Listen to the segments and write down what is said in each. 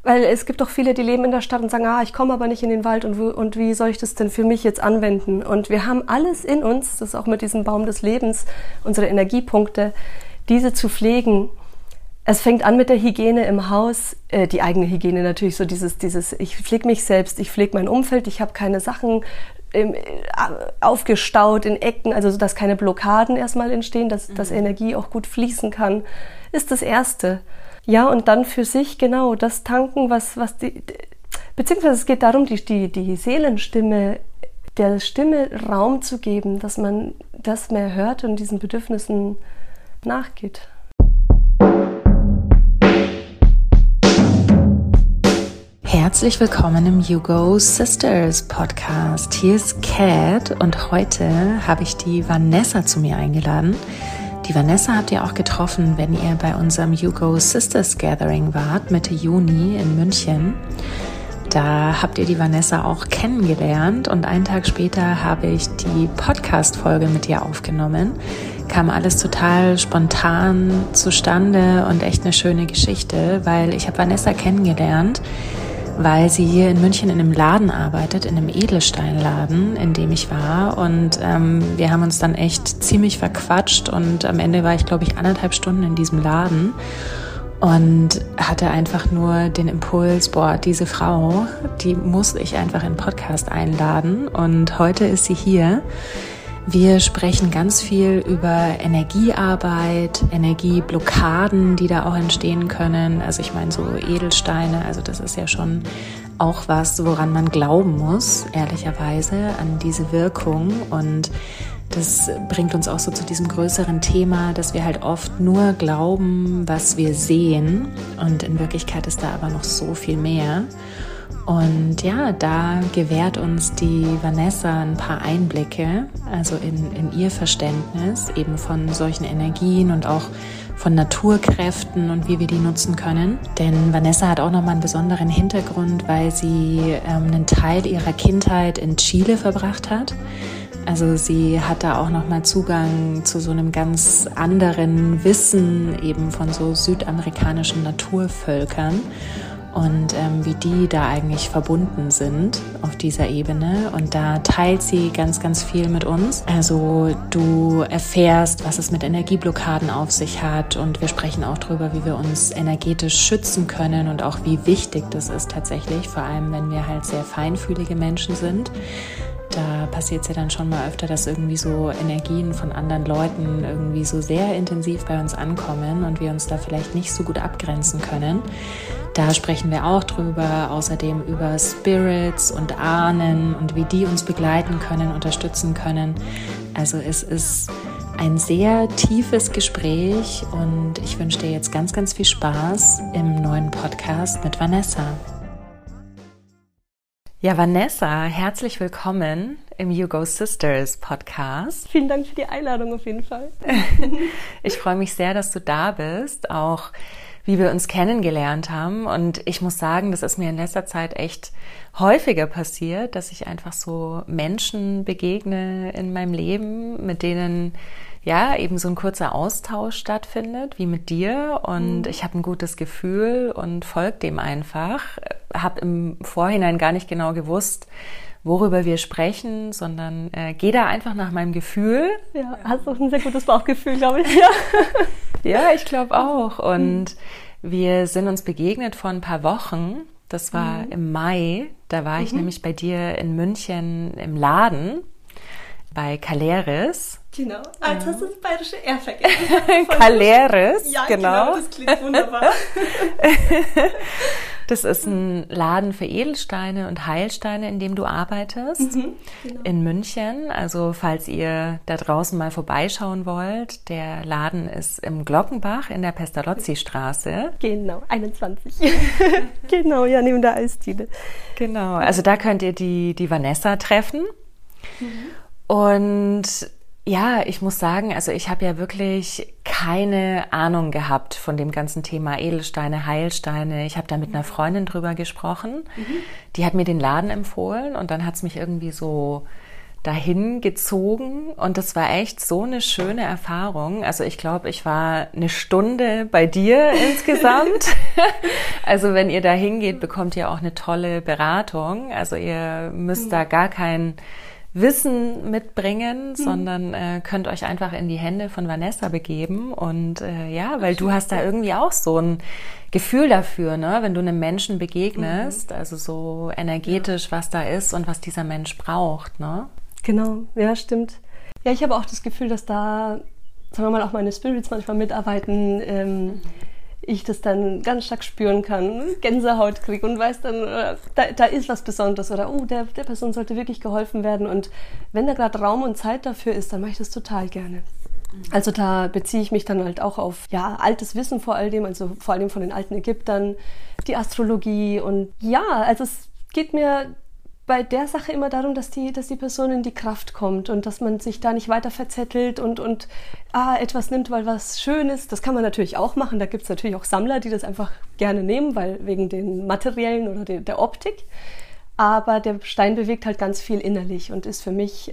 Weil es gibt doch viele, die leben in der Stadt und sagen, ich komme aber nicht in den Wald und wie soll ich das denn für mich jetzt anwenden? Und wir haben alles in uns, das ist auch mit diesem Baum des Lebens, unsere Energiepunkte, diese zu pflegen. Es fängt an mit der Hygiene im Haus, die eigene Hygiene natürlich, so dieses ich pflege mich selbst, ich pflege mein Umfeld, ich habe keine Sachen aufgestaut in Ecken, also dass keine Blockaden erstmal entstehen, dass Energie auch gut fließen kann, ist das Erste. Ja, und dann für sich genau das tanken, beziehungsweise es geht darum, die Seelenstimme, der Stimme Raum zu geben, dass man das mehr hört und diesen Bedürfnissen nachgeht. Herzlich willkommen im You Go Sisters Podcast. Hier ist Kat und heute habe ich die Vanessa zu mir eingeladen. Die Vanessa habt ihr auch getroffen, wenn ihr bei unserem You Go Sisters Gathering wart, Mitte Juni in München. Da habt ihr die Vanessa auch kennengelernt und einen Tag später habe ich die Podcast-Folge mit ihr aufgenommen. Kam alles total spontan zustande und echt eine schöne Geschichte, weil ich habe Vanessa kennengelernt, weil sie hier in München in einem Laden arbeitet, in einem Edelsteinladen, in dem ich war. Und wir haben uns dann echt ziemlich verquatscht und am Ende war ich, glaube ich, 1,5 Stunden in diesem Laden und hatte einfach nur den Impuls, diese Frau, die muss ich einfach in den Podcast einladen. Und heute ist sie hier. Wir sprechen ganz viel über Energiearbeit, Energieblockaden, die da auch entstehen können. Also ich meine so Edelsteine, also das ist ja schon auch was, woran man glauben muss, ehrlicherweise, an diese Wirkung. Und das bringt uns auch so zu diesem größeren Thema, dass wir halt oft nur glauben, was wir sehen. Und in Wirklichkeit ist da aber noch so viel mehr. Und ja, da gewährt uns die Vanessa ein paar Einblicke, also in ihr Verständnis eben von solchen Energien und auch von Naturkräften und wie wir die nutzen können. Denn Vanessa hat auch nochmal einen besonderen Hintergrund, weil sie einen Teil ihrer Kindheit in Chile verbracht hat. Also sie hat da auch nochmal Zugang zu so einem ganz anderen Wissen eben von so südamerikanischen Naturvölkern. Und wie die da eigentlich verbunden sind auf dieser Ebene. Und da teilt sie ganz, ganz viel mit uns. Also du erfährst, was es mit Energieblockaden auf sich hat. Und wir sprechen auch darüber, wie wir uns energetisch schützen können und auch wie wichtig das ist tatsächlich, vor allem wenn wir halt sehr feinfühlige Menschen sind. Da passiert es ja dann schon mal öfter, dass irgendwie so Energien von anderen Leuten irgendwie so sehr intensiv bei uns ankommen und wir uns da vielleicht nicht so gut abgrenzen können. Da sprechen wir auch drüber, außerdem über Spirits und Ahnen und wie die uns begleiten können, unterstützen können. Also es ist ein sehr tiefes Gespräch und ich wünsche dir jetzt ganz, ganz viel Spaß im neuen Podcast mit Vanessa. Ja, Vanessa, herzlich willkommen im You Go Sisters Podcast. Vielen Dank für die Einladung auf jeden Fall. Ich freue mich sehr, dass du da bist, auch wie wir uns kennengelernt haben. Und ich muss sagen, das ist mir in letzter Zeit echt häufiger passiert, dass ich einfach so Menschen begegne in meinem Leben, mit denen ja eben so ein kurzer Austausch stattfindet, wie mit dir. Und ich habe ein gutes Gefühl und folge dem einfach. Habe im Vorhinein gar nicht genau gewusst, worüber wir sprechen, sondern gehe da einfach nach meinem Gefühl. Ja, hast auch ein sehr gutes Bauchgefühl, glaube ich. Ja, ich glaube auch. Und wir sind uns begegnet vor ein paar Wochen. Das war im Mai. Da war ich nämlich bei dir in München im Laden bei Caleres. Genau, als hast du das bayerische R vergessen. Caleres, ja, genau. Das klingt wunderbar. Das ist ein Laden für Edelsteine und Heilsteine, in dem du arbeitest, genau. In München. Also falls ihr da draußen mal vorbeischauen wollt, der Laden ist im Glockenbach in der Pestalozzi-Straße. Genau, 21. Genau, ja, neben der Eisdiele. Genau, also da könnt ihr die Vanessa treffen. Und ja, ich muss sagen, also ich habe ja wirklich keine Ahnung gehabt von dem ganzen Thema Edelsteine, Heilsteine. Ich habe da mit einer Freundin drüber gesprochen. Die hat mir den Laden empfohlen und dann hat es mich irgendwie so dahin gezogen und das war echt so eine schöne Erfahrung. Also ich glaube, ich war eine Stunde bei dir insgesamt. Also wenn ihr da hingeht, bekommt ihr auch eine tolle Beratung. Also ihr müsst da gar kein Wissen mitbringen, sondern könnt euch einfach in die Hände von Vanessa begeben und weil du hast da irgendwie auch so ein Gefühl dafür, ne, wenn du einem Menschen begegnest, also so energetisch, was da ist und was dieser Mensch braucht, ne? Genau, ja, stimmt. Ja, ich habe auch das Gefühl, dass da, sagen wir mal, auch meine Spirits manchmal mitarbeiten, ich das dann ganz stark spüren kann, Gänsehaut kriege und weiß dann, da ist was Besonderes oder der Person sollte wirklich geholfen werden und wenn da gerade Raum und Zeit dafür ist, dann mache ich das total gerne. Also da beziehe ich mich dann halt auch auf altes Wissen vor allem, also vor allem von den alten Ägyptern, die Astrologie und also es geht mir bei der Sache immer darum, dass die Person in die Kraft kommt und dass man sich da nicht weiter verzettelt und etwas nimmt, weil was schön ist. Das kann man natürlich auch machen. Da gibt es natürlich auch Sammler, die das einfach gerne nehmen, weil wegen den Materiellen oder der Optik. Aber der Stein bewegt halt ganz viel innerlich und ist für mich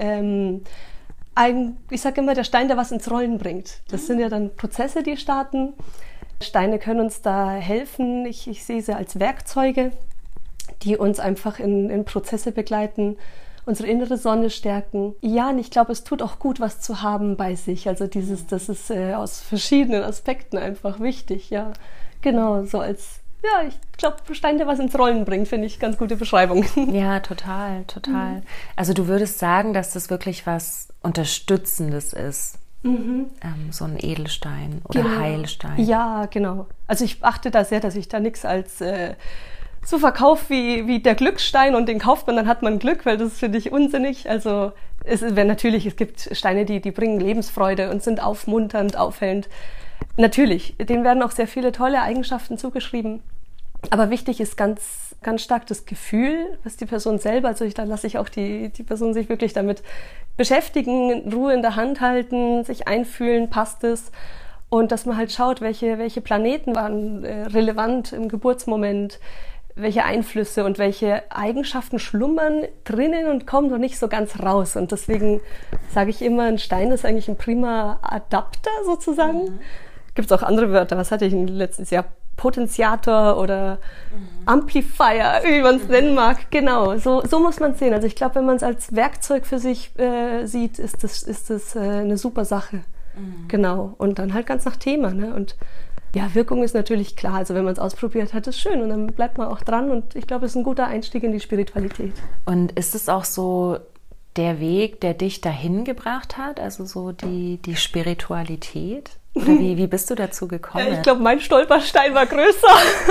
ich sage immer, der Stein, der was ins Rollen bringt. Das sind ja dann Prozesse, die starten. Steine können uns da helfen. Ich sehe sie als Werkzeuge, die uns einfach in Prozesse begleiten, unsere innere Sonne stärken. Ja, und ich glaube, es tut auch gut, was zu haben bei sich. Also das ist aus verschiedenen Aspekten einfach wichtig. Ja, genau, so als, ich glaube, Stein, der was ins Rollen bringt, finde ich ganz gute Beschreibung. Ja, total. Also du würdest sagen, dass das wirklich was Unterstützendes ist. So ein Edelstein oder Heilstein. Ja, genau. Also ich achte da sehr, dass ich da nichts als so verkaufe wie der Glücksstein und den kauft man, dann hat man Glück, weil das finde ich unsinnig. Also es gibt Steine, die bringen Lebensfreude und sind aufmunternd, aufhellend. Natürlich, denen werden auch sehr viele tolle Eigenschaften zugeschrieben. Aber wichtig ist ganz, ganz stark das Gefühl, was die Person selber, da lasse ich auch die Person sich wirklich damit beschäftigen, Ruhe in der Hand halten, sich einfühlen, passt es. Und dass man halt schaut, welche Planeten waren relevant im Geburtsmoment, welche Einflüsse und welche Eigenschaften schlummern drinnen und kommen noch nicht so ganz raus. Und deswegen sage ich immer, ein Stein ist eigentlich ein prima Adapter sozusagen. Gibt es auch andere Wörter, was hatte ich letztes Jahr? Potentiator oder Amplifier, wie man es nennen mag. Genau, so muss man es sehen. Also ich glaube, wenn man es als Werkzeug für sich sieht, ist das eine super Sache. Genau, und dann halt ganz nach Thema. Ne? Und Wirkung ist natürlich klar. Also wenn man es ausprobiert hat, ist schön und dann bleibt man auch dran. Und ich glaube, es ist ein guter Einstieg in die Spiritualität. Und ist es auch so der Weg, der dich dahin gebracht hat? Also so die Spiritualität? Oder wie bist du dazu gekommen? Ja, ich glaube, mein Stolperstein war größer.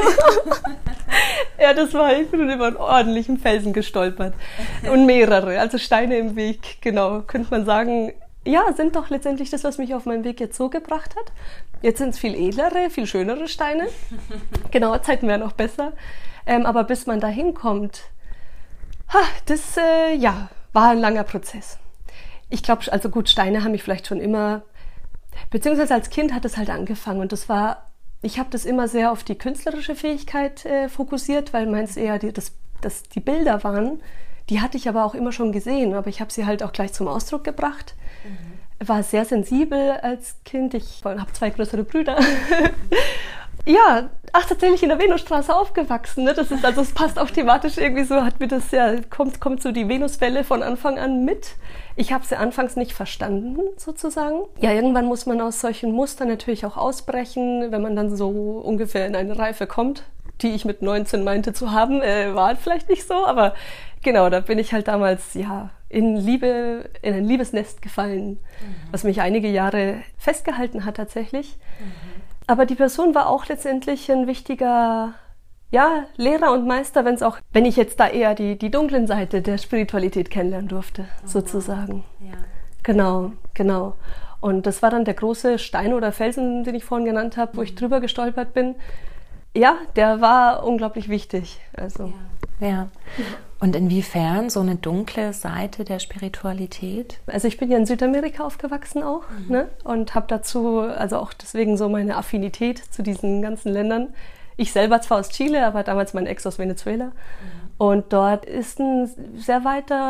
Ich bin über einen ordentlichen Felsen gestolpert. Und mehrere, also Steine im Weg, genau, könnte man sagen. Ja, sind doch letztendlich das, was mich auf meinem Weg jetzt so gebracht hat. Jetzt sind es viel edlere, viel schönere Steine. Genaue Zeiten wären auch besser. Aber bis man da hinkommt, das war ein langer Prozess. Ich glaube, also gut, Steine haben mich vielleicht schon immer, beziehungsweise als Kind hat es halt angefangen und ich habe das immer sehr auf die künstlerische Fähigkeit fokussiert, weil meins eher dass die Bilder waren, die hatte ich aber auch immer schon gesehen, aber ich habe sie halt auch gleich zum Ausdruck gebracht. War sehr sensibel als Kind, ich habe 2 größere Brüder. Tatsächlich in der Venusstraße aufgewachsen. Ne? Es passt auch thematisch irgendwie so, hat mir das kommt so die Venuswelle von Anfang an mit. Ich habe sie anfangs nicht verstanden, sozusagen. Ja, irgendwann muss man aus solchen Mustern natürlich auch ausbrechen, wenn man dann so ungefähr in eine Reife kommt, die ich mit 19 meinte zu haben, war vielleicht nicht so, aber genau, da bin ich halt damals, in ein Liebesnest gefallen, was mich einige Jahre festgehalten hat tatsächlich. Aber die Person war auch letztendlich ein wichtiger Lehrer und Meister, wenn ich jetzt da eher die dunklen Seite der Spiritualität kennenlernen durfte, sozusagen. Ja. Genau. Und das war dann der große Stein oder Felsen, den ich vorhin genannt habe, wo ich drüber gestolpert bin. Ja, der war unglaublich wichtig. Also. Ja. Und inwiefern so eine dunkle Seite der Spiritualität? Also ich bin ja in Südamerika aufgewachsen auch, ne? Und habe dazu, also auch deswegen so meine Affinität zu diesen ganzen Ländern. Ich selber zwar aus Chile, aber damals mein Ex aus Venezuela. Und dort ist ein sehr weiter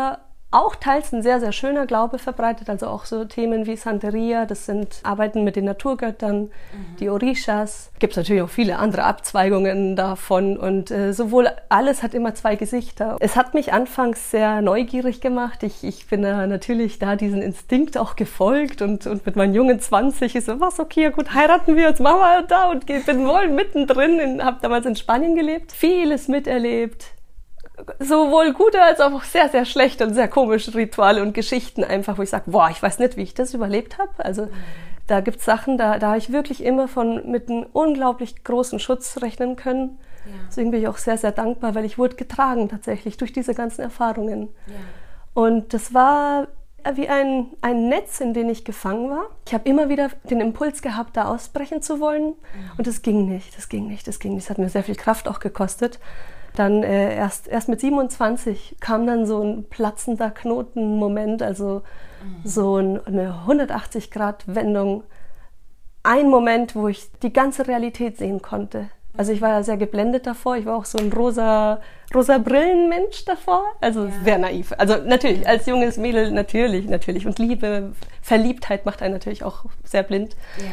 auch teils ein sehr, sehr schöner Glaube verbreitet, also auch so Themen wie Santeria, das sind Arbeiten mit den Naturgöttern, die Orishas. Gibt es natürlich auch viele andere Abzweigungen davon und sowohl alles hat immer zwei Gesichter. Es hat mich anfangs sehr neugierig gemacht. Ich bin natürlich da diesen Instinkt auch gefolgt und mit meinen jungen 20 ist so, was, okay, gut, heiraten wir, jetzt machen wir da und bin wohl mittendrin, habe damals in Spanien gelebt, vieles miterlebt. Sowohl gute als auch sehr, sehr schlechte und sehr komische Rituale und Geschichten einfach, wo ich sage, boah, ich weiß nicht, wie ich das überlebt habe. Also da gibt's Sachen, da habe ich wirklich immer mit einem unglaublich großen Schutz rechnen können. Ja. Deswegen bin ich auch sehr, sehr dankbar, weil ich wurde getragen tatsächlich durch diese ganzen Erfahrungen. Ja. Und das war wie ein Netz, in dem ich gefangen war. Ich habe immer wieder den Impuls gehabt, da ausbrechen zu wollen. Und das ging nicht. Das hat mir sehr viel Kraft auch gekostet. Dann erst mit 27 kam dann so ein platzender Knotenmoment, also so eine 180-Grad-Wendung. Ein Moment, wo ich die ganze Realität sehen konnte. Also ich war ja sehr geblendet davor, ich war auch so ein rosa Brillenmensch davor, also sehr naiv. Also natürlich, als junges Mädel natürlich. Und Liebe, Verliebtheit macht einen natürlich auch sehr blind. Ja.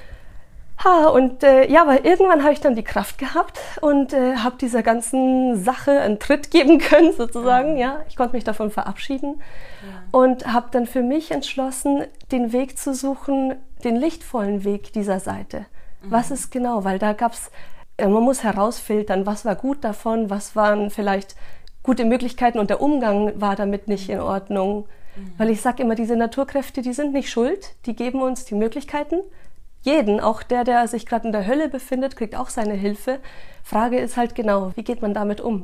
Weil irgendwann habe ich dann die Kraft gehabt und habe dieser ganzen Sache einen Tritt geben können, sozusagen. Ja, ich konnte mich davon verabschieden und habe dann für mich entschlossen, den Weg zu suchen, den lichtvollen Weg dieser Seite. Was ist genau? Weil da gab's, man muss herausfiltern, was war gut davon, was waren vielleicht gute Möglichkeiten und der Umgang war damit nicht in Ordnung. Weil ich sage immer, diese Naturkräfte, die sind nicht schuld, die geben uns die Möglichkeiten. Jeden, auch der sich gerade in der Hölle befindet, kriegt auch seine Hilfe. Frage ist halt genau, wie geht man damit um?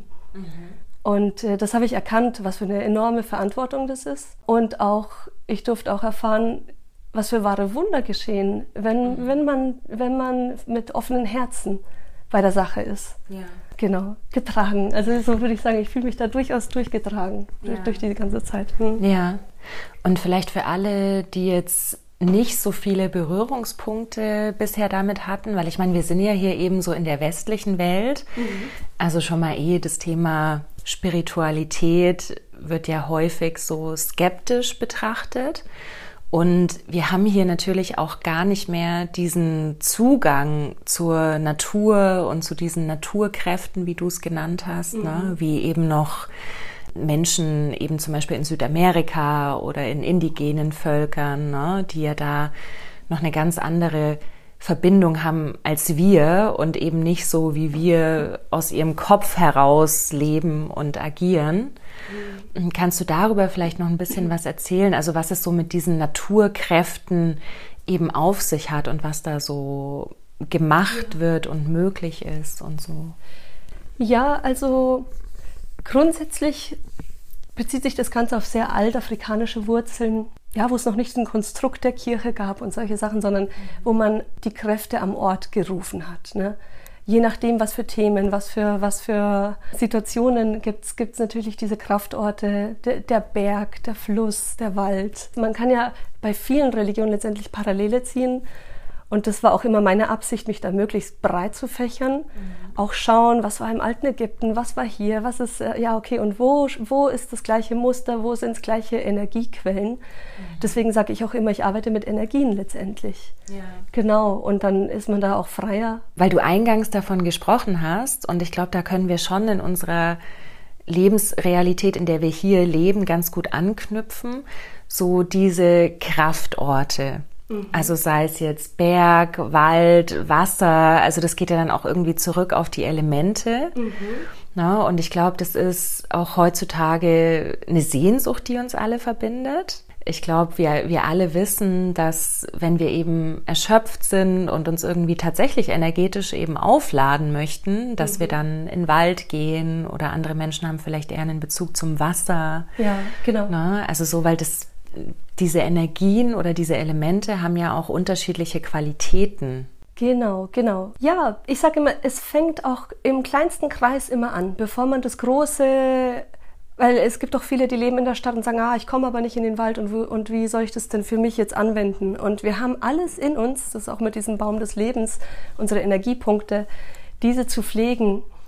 Und das habe ich erkannt, was für eine enorme Verantwortung das ist. Und auch, ich durfte auch erfahren, was für wahre Wunder geschehen, wenn man mit offenen Herzen bei der Sache ist. Ja. Genau, getragen. Also so würde ich sagen, ich fühle mich da durchaus durchgetragen, durch die ganze Zeit. Ja, und vielleicht für alle, die jetzt nicht so viele Berührungspunkte bisher damit hatten, weil ich meine, wir sind ja hier eben so in der westlichen Welt, also schon mal das Thema Spiritualität wird ja häufig so skeptisch betrachtet und wir haben hier natürlich auch gar nicht mehr diesen Zugang zur Natur und zu diesen Naturkräften, wie du es genannt hast, ne? Wie eben noch Menschen eben zum Beispiel in Südamerika oder in indigenen Völkern, ne, die ja da noch eine ganz andere Verbindung haben als wir und eben nicht so, wie wir aus ihrem Kopf heraus leben und agieren. Kannst du darüber vielleicht noch ein bisschen was erzählen? Also was es so mit diesen Naturkräften eben auf sich hat und was da so gemacht wird und möglich ist und so? Ja, also grundsätzlich bezieht sich das Ganze auf sehr altafrikanische Wurzeln, ja, wo es noch nicht ein Konstrukt der Kirche gab und solche Sachen, sondern wo man die Kräfte am Ort gerufen hat. Ne? Je nachdem, was für Themen, was für Situationen gibt's natürlich diese Kraftorte, der Berg, der Fluss, der Wald. Man kann ja bei vielen Religionen letztendlich Parallele ziehen. Und das war auch immer meine Absicht, mich da möglichst breit zu fächern. Auch schauen, was war im alten Ägypten, was war hier, was ist, und wo ist das gleiche Muster, wo sind es gleiche Energiequellen. Deswegen sage ich auch immer, ich arbeite mit Energien letztendlich. Ja. Genau, und dann ist man da auch freier. Weil du eingangs davon gesprochen hast, und ich glaube, da können wir schon in unserer Lebensrealität, in der wir hier leben, ganz gut anknüpfen, so diese Kraftorte. Also sei es jetzt Berg, Wald, Wasser, also das geht ja dann auch irgendwie zurück auf die Elemente. Na, und ich glaube, das ist auch heutzutage eine Sehnsucht, die uns alle verbindet. Ich glaube, wir alle wissen, dass wenn wir eben erschöpft sind und uns irgendwie tatsächlich energetisch eben aufladen möchten, dass wir dann in den Wald gehen oder andere Menschen haben vielleicht eher einen Bezug zum Wasser. Ja, genau. Na, also so, weil diese Energien oder diese Elemente haben ja auch unterschiedliche Qualitäten. Genau. Ja, ich sage immer, es fängt auch im kleinsten Kreis immer an, bevor man das große, weil es gibt auch viele, die leben in der Stadt und sagen, ich komme aber nicht in den Wald und wie soll ich das denn für mich jetzt anwenden? Und wir haben alles in uns, das ist auch mit diesem Baum des Lebens, unsere Energiepunkte, diese zu pflegen.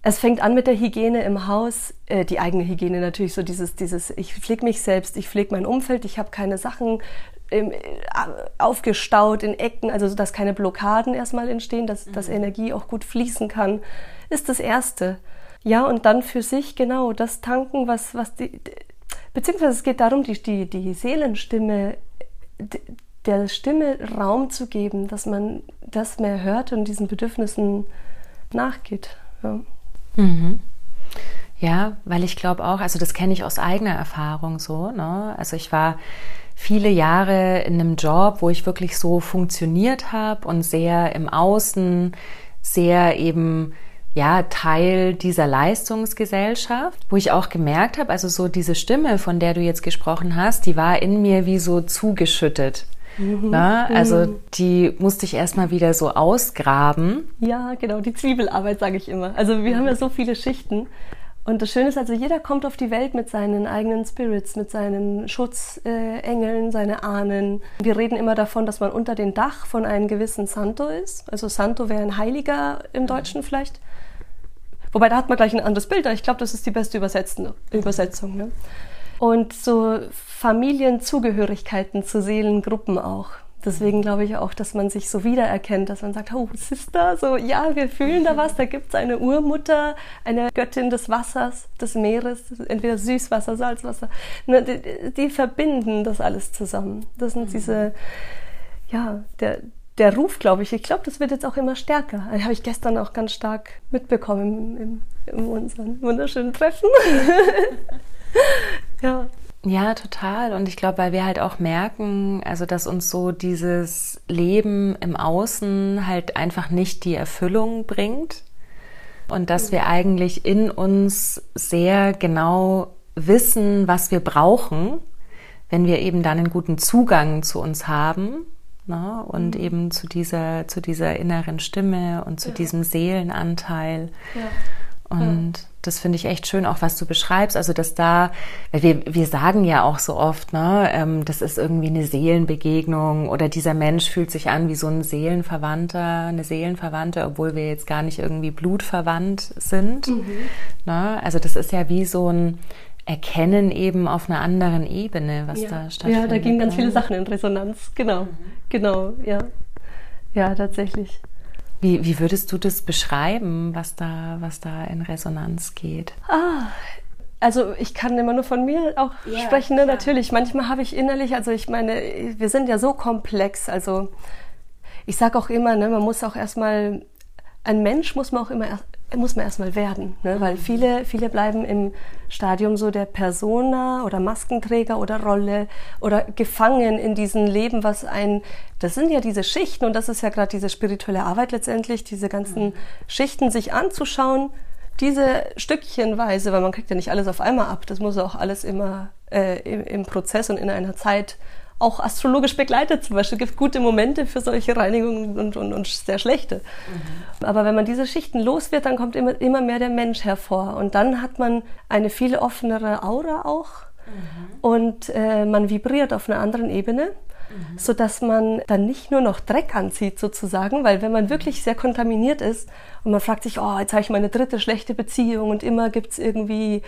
Es fängt an mit der Hygiene im Haus, die eigene Hygiene natürlich, so dieses ich pflege mich selbst, ich pflege mein Umfeld, ich habe keine Sachen aufgestaut in Ecken, also dass keine Blockaden erstmal entstehen, dass Energie auch gut fließen kann, ist das Erste. Ja, und dann für sich genau das tanken, beziehungsweise es geht darum, die Seelenstimme, der Stimme Raum zu geben, dass man das mehr hört und diesen Bedürfnissen nachgeht. Ja. Ja, weil ich glaube auch, also das kenne ich aus eigener Erfahrung so, ne? Also ich war viele Jahre in einem Job, wo ich wirklich so funktioniert habe und sehr im Außen, sehr eben ja Teil dieser Leistungsgesellschaft, wo ich auch gemerkt habe, also so diese Stimme, von der du jetzt gesprochen hast, die war in mir wie so zugeschüttet. Na, also die musste ich erstmal wieder so ausgraben. Ja, genau, die Zwiebelarbeit, sage ich immer. Also wir haben ja so viele Schichten. Und das Schöne ist, also jeder kommt auf die Welt mit seinen eigenen Spirits, mit seinen Schutzengeln, seine Ahnen. Wir reden immer davon, dass man unter dem Dach von einem gewissen Santo ist. Also Santo wäre ein Heiliger im Deutschen vielleicht. Wobei, da hat man gleich ein anderes Bild. Ich glaube, das ist die beste Übersetzung. Ne? Und so Familienzugehörigkeiten zu Seelengruppen auch. Deswegen glaube ich auch, dass man sich so wiedererkennt, dass man sagt, oh, Sister, so, ja, wir fühlen da was, da gibt es eine Urmutter, eine Göttin des Wassers, des Meeres, entweder Süßwasser, Salzwasser, die verbinden das alles zusammen. Das sind diese, ja, der Ruf, glaube ich, das wird jetzt auch immer stärker. Das habe ich gestern auch ganz stark mitbekommen in unserem wunderschönen Treffen. Ja. Ja, total. Und ich glaube, weil wir halt auch merken, also dass uns so dieses Leben im Außen halt einfach nicht die Erfüllung bringt und dass wir eigentlich in uns sehr genau wissen, was wir brauchen, wenn wir eben dann einen guten Zugang zu uns haben, ne? Und eben zu dieser inneren Stimme und zu diesem Seelenanteil. Ja. Und das finde ich echt schön, auch was du beschreibst, also dass da, weil wir sagen ja auch so oft, ne, das ist irgendwie eine Seelenbegegnung oder dieser Mensch fühlt sich an wie so ein eine Seelenverwandte, obwohl wir jetzt gar nicht irgendwie blutverwandt sind. Ne? Also das ist ja wie so ein Erkennen eben auf einer anderen Ebene, was da stattfindet. Ja, da gehen ganz viele Sachen in Resonanz, genau, ja. Ja, tatsächlich. Wie würdest du das beschreiben, was da in Resonanz geht? Also ich kann immer nur von mir auch sprechen, ne? Natürlich. Manchmal habe ich innerlich, also ich meine, wir sind ja so komplex. Also ich sage auch immer, ne, man muss auch erstmal, ein Mensch muss man erstmal werden, ne? Weil viele bleiben im Stadium so der Persona oder Maskenträger oder Rolle oder gefangen in diesem Leben, das sind ja diese Schichten und das ist ja gerade diese spirituelle Arbeit letztendlich, diese ganzen Schichten sich anzuschauen, diese stückchenweise, weil man kriegt ja nicht alles auf einmal ab, das muss auch alles immer im Prozess und in einer Zeit auch astrologisch begleitet zum Beispiel. Es gibt gute Momente für solche Reinigungen und sehr schlechte. Aber wenn man diese Schichten los wird, dann kommt immer mehr der Mensch hervor. Und dann hat man eine viel offenere Aura auch. Und man vibriert auf einer anderen Ebene, sodass man dann nicht nur noch Dreck anzieht sozusagen, weil wenn man wirklich sehr kontaminiert ist und man fragt sich, oh, jetzt habe ich meine 3. schlechte Beziehung und immer gibt es irgendwie,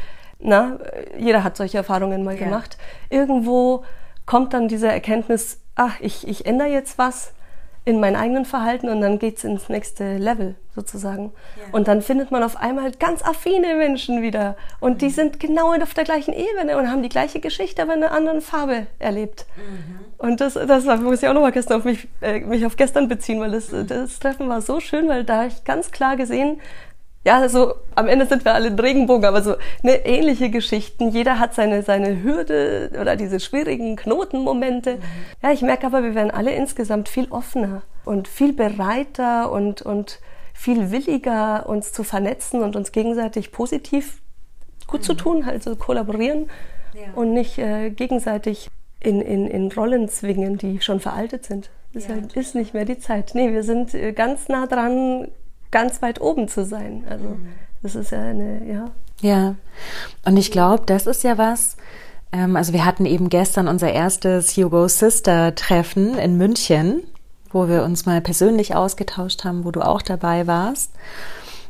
jeder hat solche Erfahrungen mal gemacht, irgendwo kommt dann diese Erkenntnis, ich ändere jetzt was in meinem eigenen Verhalten und dann geht's ins nächste Level sozusagen. Ja. Und dann findet man auf einmal ganz affine Menschen wieder und die sind genau auf der gleichen Ebene und haben die gleiche Geschichte, aber in einer anderen Farbe erlebt. Und das muss ich auch nochmal gestern auf mich auf gestern beziehen, weil das Treffen war so schön, weil da habe ich ganz klar gesehen, ja, so am Ende sind wir alle ein Regenbogen, aber so eine ähnliche Geschichten. Jeder hat seine Hürde oder diese schwierigen Knotenmomente. Ja, ich merke aber, wir werden alle insgesamt viel offener und viel bereiter und viel williger, uns zu vernetzen und uns gegenseitig positiv gut zu tun, halt so kollaborieren und nicht gegenseitig in Rollen zwingen, die schon veraltet sind. Das ist nicht mehr die Zeit. Nee, wir sind ganz nah dran, ganz weit oben zu sein. Also das ist ja Ja, und ich glaube, das ist ja was, also wir hatten eben gestern unser erstes Hugo Sister Treffen in München, wo wir uns mal persönlich ausgetauscht haben, wo du auch dabei warst.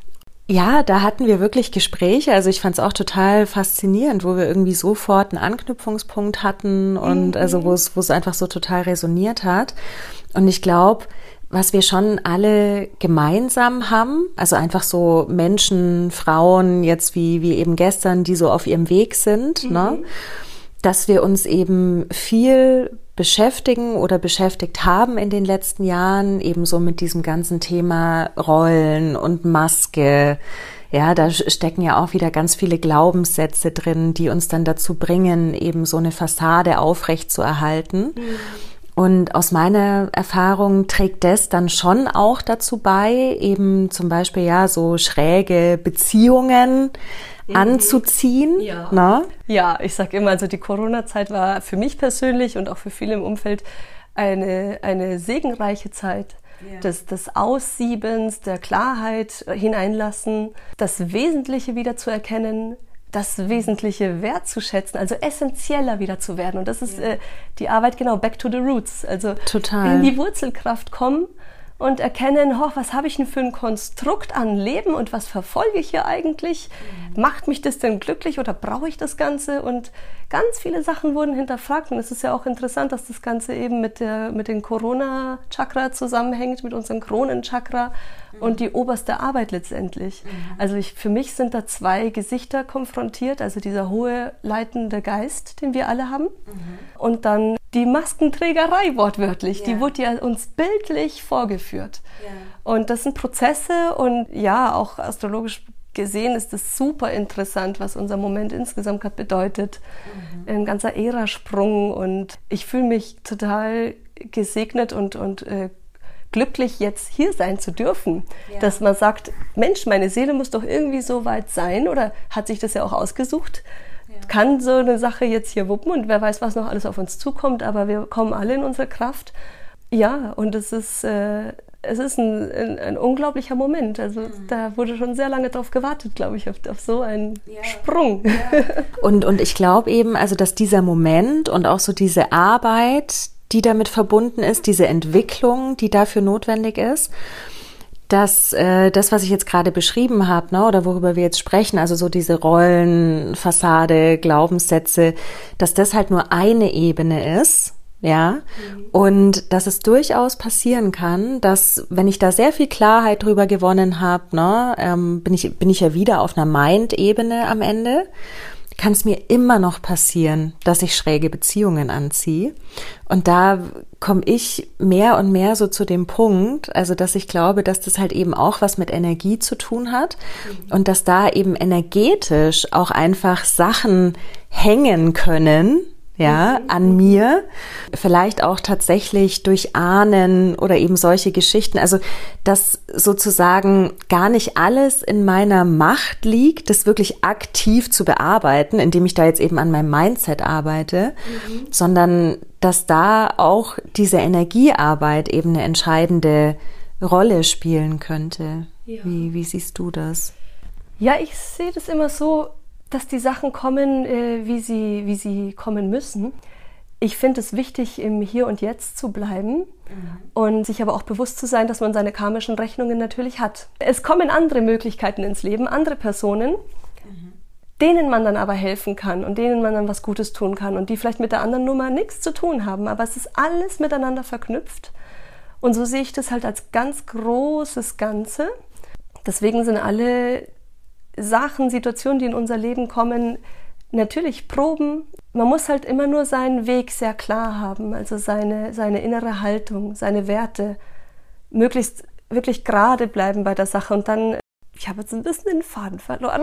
Ja, da hatten wir wirklich Gespräche. Also ich fand es auch total faszinierend, wo wir irgendwie sofort einen Anknüpfungspunkt hatten und also wo es einfach so total resoniert hat. Und ich glaube, was wir schon alle gemeinsam haben, also einfach so Menschen, Frauen, jetzt wie eben gestern, die so auf ihrem Weg sind, ne? Dass wir uns eben viel beschäftigen oder beschäftigt haben in den letzten Jahren, eben so mit diesem ganzen Thema Rollen und Maske. Ja, da stecken ja auch wieder ganz viele Glaubenssätze drin, die uns dann dazu bringen, eben so eine Fassade aufrecht zu erhalten. Und aus meiner Erfahrung trägt das dann schon auch dazu bei, eben zum Beispiel ja so schräge Beziehungen anzuziehen. Ja. Ne? Ja, ich sag immer, also die Corona-Zeit war für mich persönlich und auch für viele im Umfeld eine segenreiche Zeit. Ja. Des Aussiebens, der Klarheit hineinlassen, das Wesentliche wieder zu erkennen, das Wesentliche wertzuschätzen, also essentieller wieder zu werden. Und das ist die Arbeit, genau, back to the roots. Also total. In die Wurzelkraft kommen und erkennen, was habe ich denn für ein Konstrukt an Leben und was verfolge ich hier eigentlich? Macht mich das denn glücklich oder brauche ich das Ganze? Und ganz viele Sachen wurden hinterfragt. Und es ist ja auch interessant, dass das Ganze eben mit den Corona-Chakra zusammenhängt, mit unserem Kronenchakra und die oberste Arbeit letztendlich. Also für mich sind da zwei Gesichter konfrontiert, also dieser hohe leitende Geist, den wir alle haben, und dann die Maskenträgerei wortwörtlich, die wurde ja uns bildlich vorgeführt. Und das sind Prozesse und ja, auch astrologisch gesehen ist es super interessant, was unser Moment insgesamt gerade bedeutet. Ein ganzer Ära-Sprung und ich fühle mich total gesegnet und glücklich, jetzt hier sein zu dürfen. Ja. Dass man sagt, Mensch, meine Seele muss doch irgendwie so weit sein oder hat sich das ja auch ausgesucht, kann so eine Sache jetzt hier wuppen und wer weiß, was noch alles auf uns zukommt, aber wir kommen alle in unsere Kraft. Ja, und es ist ein unglaublicher Moment. Also da wurde schon sehr lange drauf gewartet, glaube ich, auf so einen Sprung. Ja. Und ich glaube eben, also dass dieser Moment und auch so diese Arbeit, die damit verbunden ist, diese Entwicklung, die dafür notwendig ist, dass das, was ich jetzt gerade beschrieben habe, ne, oder worüber wir jetzt sprechen, also so diese Rollen, Fassade, Glaubenssätze, dass das halt nur eine Ebene ist, ja, und dass es durchaus passieren kann, dass, wenn ich da sehr viel Klarheit drüber gewonnen habe, ne, bin ich ja wieder auf einer Mind-Ebene am Ende, kann es mir immer noch passieren, dass ich schräge Beziehungen anziehe. Und da komme ich mehr und mehr so zu dem Punkt, also dass ich glaube, dass das halt eben auch was mit Energie zu tun hat und dass da eben energetisch auch einfach Sachen hängen können, ja, an mir, vielleicht auch tatsächlich durch Ahnen oder eben solche Geschichten, also dass sozusagen gar nicht alles in meiner Macht liegt, das wirklich aktiv zu bearbeiten, indem ich da jetzt eben an meinem Mindset arbeite, sondern dass da auch diese Energiearbeit eben eine entscheidende Rolle spielen könnte. Ja. Wie siehst du das? Ja, ich sehe das immer so, dass die Sachen kommen, wie sie kommen müssen. Ich finde es wichtig, im Hier und Jetzt zu bleiben und sich aber auch bewusst zu sein, dass man seine karmischen Rechnungen natürlich hat. Es kommen andere Möglichkeiten ins Leben, andere Personen, denen man dann aber helfen kann und denen man dann was Gutes tun kann und die vielleicht mit der anderen Nummer nichts zu tun haben, aber es ist alles miteinander verknüpft und so sehe ich das halt als ganz großes Ganze. Deswegen sind alle Sachen, Situationen, die in unser Leben kommen, natürlich Proben. Man muss halt immer nur seinen Weg sehr klar haben, also seine innere Haltung, seine Werte, möglichst wirklich gerade bleiben bei der Sache und dann, ich habe jetzt ein bisschen den Faden verloren.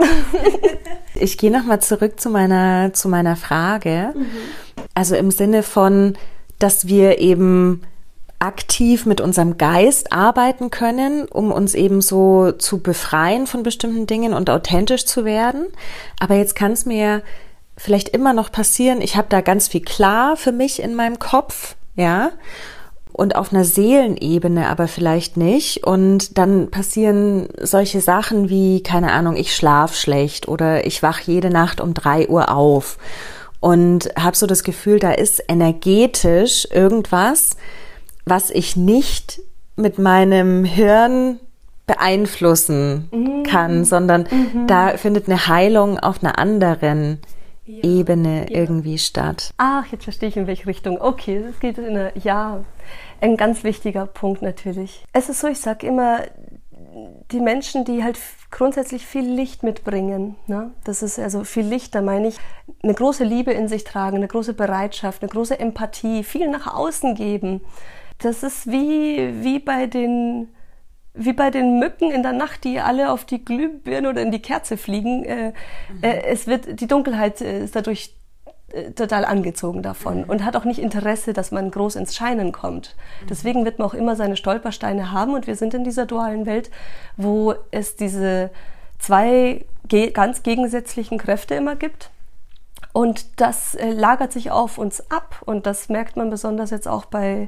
Ich gehe nochmal zurück zu meiner Frage. Also im Sinne von, dass wir eben aktiv mit unserem Geist arbeiten können, um uns eben so zu befreien von bestimmten Dingen und authentisch zu werden. Aber jetzt kann es mir vielleicht immer noch passieren, ich habe da ganz viel klar für mich in meinem Kopf, ja, und auf einer Seelenebene aber vielleicht nicht. Und dann passieren solche Sachen wie, keine Ahnung, ich schlafe schlecht oder ich wach jede Nacht um 3 Uhr auf und habe so das Gefühl, da ist energetisch irgendwas, was ich nicht mit meinem Hirn beeinflussen kann, sondern da findet eine Heilung auf einer anderen Ebene irgendwie statt. Ach, jetzt verstehe ich, in welche Richtung. Okay, das geht ein ganz wichtiger Punkt natürlich. Es ist so, ich sage immer, die Menschen, die halt grundsätzlich viel Licht mitbringen, ne? Das ist also viel Licht, da meine ich, eine große Liebe in sich tragen, eine große Bereitschaft, eine große Empathie, viel nach außen geben. Das ist wie bei den Mücken in der Nacht, die alle auf die Glühbirne oder in die Kerze fliegen. Die Dunkelheit ist dadurch total angezogen davon und hat auch nicht Interesse, dass man groß ins Scheinen kommt. Deswegen wird man auch immer seine Stolpersteine haben und wir sind in dieser dualen Welt, wo es diese zwei ganz gegensätzlichen Kräfte immer gibt. Und das lagert sich auf uns ab und das merkt man besonders jetzt auch wenn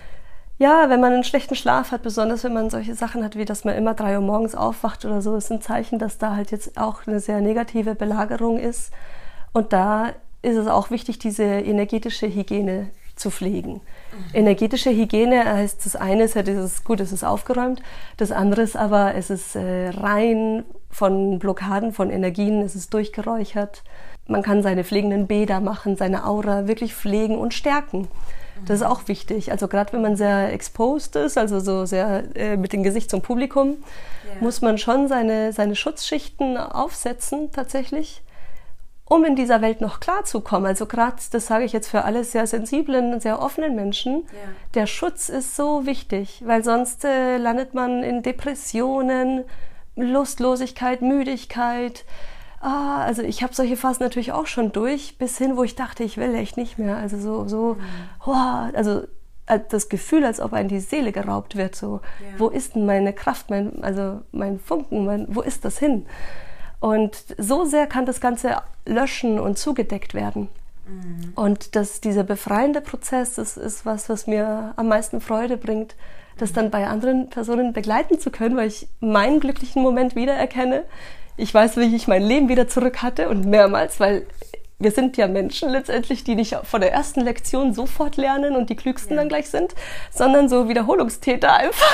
man einen schlechten Schlaf hat, besonders wenn man solche Sachen hat, wie dass man immer 3 Uhr morgens aufwacht oder so, ist ein Zeichen, dass da halt jetzt auch eine sehr negative Belagerung ist. Und da ist es auch wichtig, diese energetische Hygiene zu pflegen. Energetische Hygiene heißt, das eine ist ja dieses, gut, es ist aufgeräumt, das andere ist aber, es ist rein von Blockaden, von Energien, es ist durchgeräuchert. Man kann seine pflegenden Bäder machen, seine Aura wirklich pflegen und stärken. Das ist auch wichtig. Also gerade wenn man sehr exposed ist, also so sehr mit dem Gesicht zum Publikum, muss man schon seine Schutzschichten aufsetzen tatsächlich, um in dieser Welt noch klarzukommen. Also gerade, das sage ich jetzt für alle sehr sensiblen, sehr offenen Menschen, der Schutz ist so wichtig, weil sonst landet man in Depressionen, Lustlosigkeit, Müdigkeit. Also ich habe solche Phasen natürlich auch schon durch, bis hin, wo ich dachte, ich will echt nicht mehr. Also also das Gefühl, als ob einem die Seele geraubt wird. So, wo ist denn meine Kraft, mein Funken, wo ist das hin? Und so sehr kann das Ganze löschen und zugedeckt werden. Und dieser befreiende Prozess, das ist was mir am meisten Freude bringt, das dann bei anderen Personen begleiten zu können, weil ich meinen glücklichen Moment wiedererkenne. Ich weiß, wie ich mein Leben wieder zurück hatte und mehrmals, weil wir sind ja Menschen letztendlich, die nicht von der ersten Lektion sofort lernen und die Klügsten dann gleich sind, sondern so Wiederholungstäter einfach.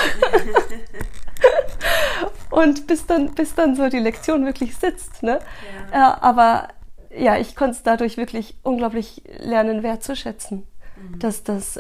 Und bis dann so die Lektion wirklich sitzt, ne? Aber ich konnte es dadurch wirklich unglaublich lernen, wertzuschätzen, dass das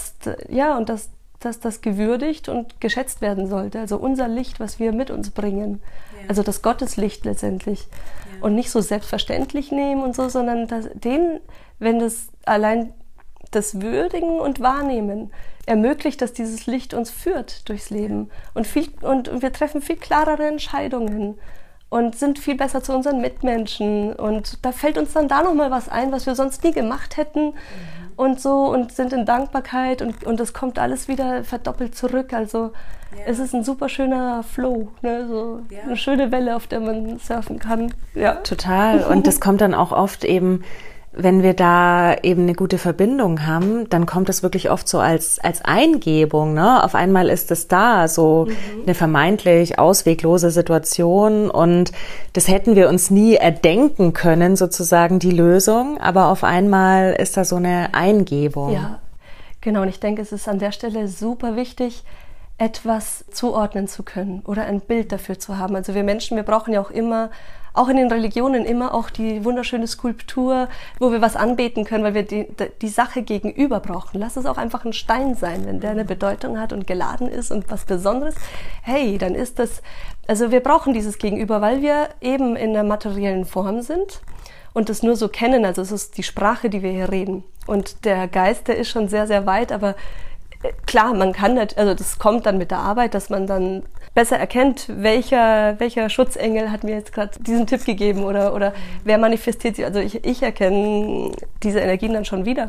gewürdigt und geschätzt werden sollte. Also unser Licht, was wir mit uns bringen, also das Gotteslicht letztendlich, und nicht so selbstverständlich nehmen und so, sondern wenn das allein das Würdigen und Wahrnehmen ermöglicht, dass dieses Licht uns führt durchs Leben und wir treffen viel klarere Entscheidungen und sind viel besser zu unseren Mitmenschen und da fällt uns dann da nochmal was ein, was wir sonst nie gemacht hätten und so und sind in Dankbarkeit und das kommt alles wieder verdoppelt zurück, also es ist ein super schöner Flow, ne? So eine schöne Welle, auf der man surfen kann. Ja. Total, und das kommt dann auch oft eben, wenn wir da eben eine gute Verbindung haben, dann kommt das wirklich oft so als Eingebung, ne? Auf einmal ist es da, so eine vermeintlich ausweglose Situation und das hätten wir uns nie erdenken können, sozusagen die Lösung, aber auf einmal ist da so eine Eingebung. Ja, genau, und ich denke, es ist an der Stelle super wichtig, etwas zuordnen zu können oder ein Bild dafür zu haben. Also wir Menschen, wir brauchen ja auch immer, auch in den Religionen immer auch die wunderschöne Skulptur, wo wir was anbeten können, weil wir die Sache gegenüber brauchen. Lass es auch einfach ein Stein sein, wenn der eine Bedeutung hat und geladen ist und was Besonderes. Hey, dann ist das, also wir brauchen dieses Gegenüber, weil wir eben in der materiellen Form sind und das nur so kennen. Also es ist die Sprache, die wir hier reden. Und der Geist, der ist schon sehr, sehr weit, aber klar, man kann nicht, also das kommt dann mit der Arbeit, dass man dann besser erkennt, welcher Schutzengel hat mir jetzt gerade diesen Tipp gegeben oder wer manifestiert sie. Also ich erkenne diese Energien dann schon wieder.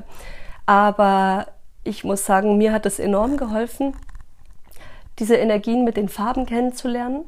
Aber ich muss sagen, mir hat es enorm geholfen, diese Energien mit den Farben kennenzulernen,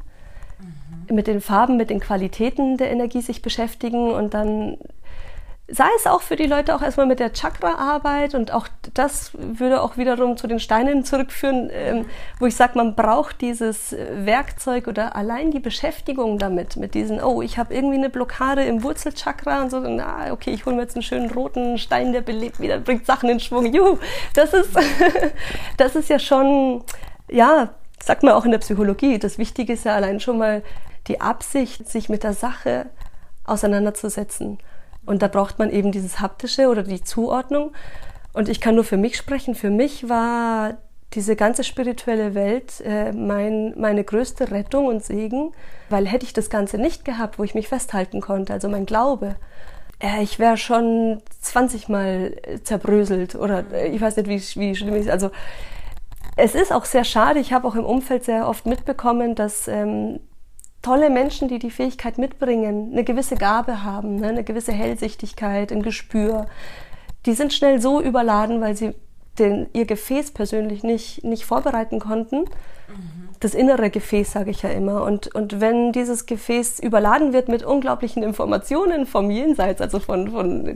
mit den Farben, mit den Qualitäten der Energie sich beschäftigen und dann sei es auch für die Leute auch erstmal mit der Chakra-Arbeit und auch das würde auch wiederum zu den Steinen zurückführen, wo ich sage, man braucht dieses Werkzeug oder allein die Beschäftigung damit, mit diesen, ich habe irgendwie eine Blockade im Wurzelchakra und so, okay, ich hole mir jetzt einen schönen roten Stein, der belebt wieder, bringt Sachen in Schwung, juhu, das ist ja schon, sagt man auch in der Psychologie, das Wichtige ist ja allein schon mal die Absicht, sich mit der Sache auseinanderzusetzen. Und da braucht man eben dieses Haptische oder die Zuordnung. Und ich kann nur für mich sprechen. Für mich war diese ganze spirituelle Welt meine größte Rettung und Segen, weil hätte ich das Ganze nicht gehabt, wo ich mich festhalten konnte, also mein Glaube, ich wäre schon 20 Mal zerbröselt oder ich weiß nicht, wie schlimm es ist. Also es ist auch sehr schade, ich habe auch im Umfeld sehr oft mitbekommen, dass tolle Menschen, die die Fähigkeit mitbringen, eine gewisse Gabe haben, ne, eine gewisse Hellsichtigkeit, ein Gespür, die sind schnell so überladen, weil sie ihr Gefäß persönlich nicht vorbereiten konnten. Das innere Gefäß, sage ich ja immer. Und wenn dieses Gefäß überladen wird mit unglaublichen Informationen vom Jenseits, also von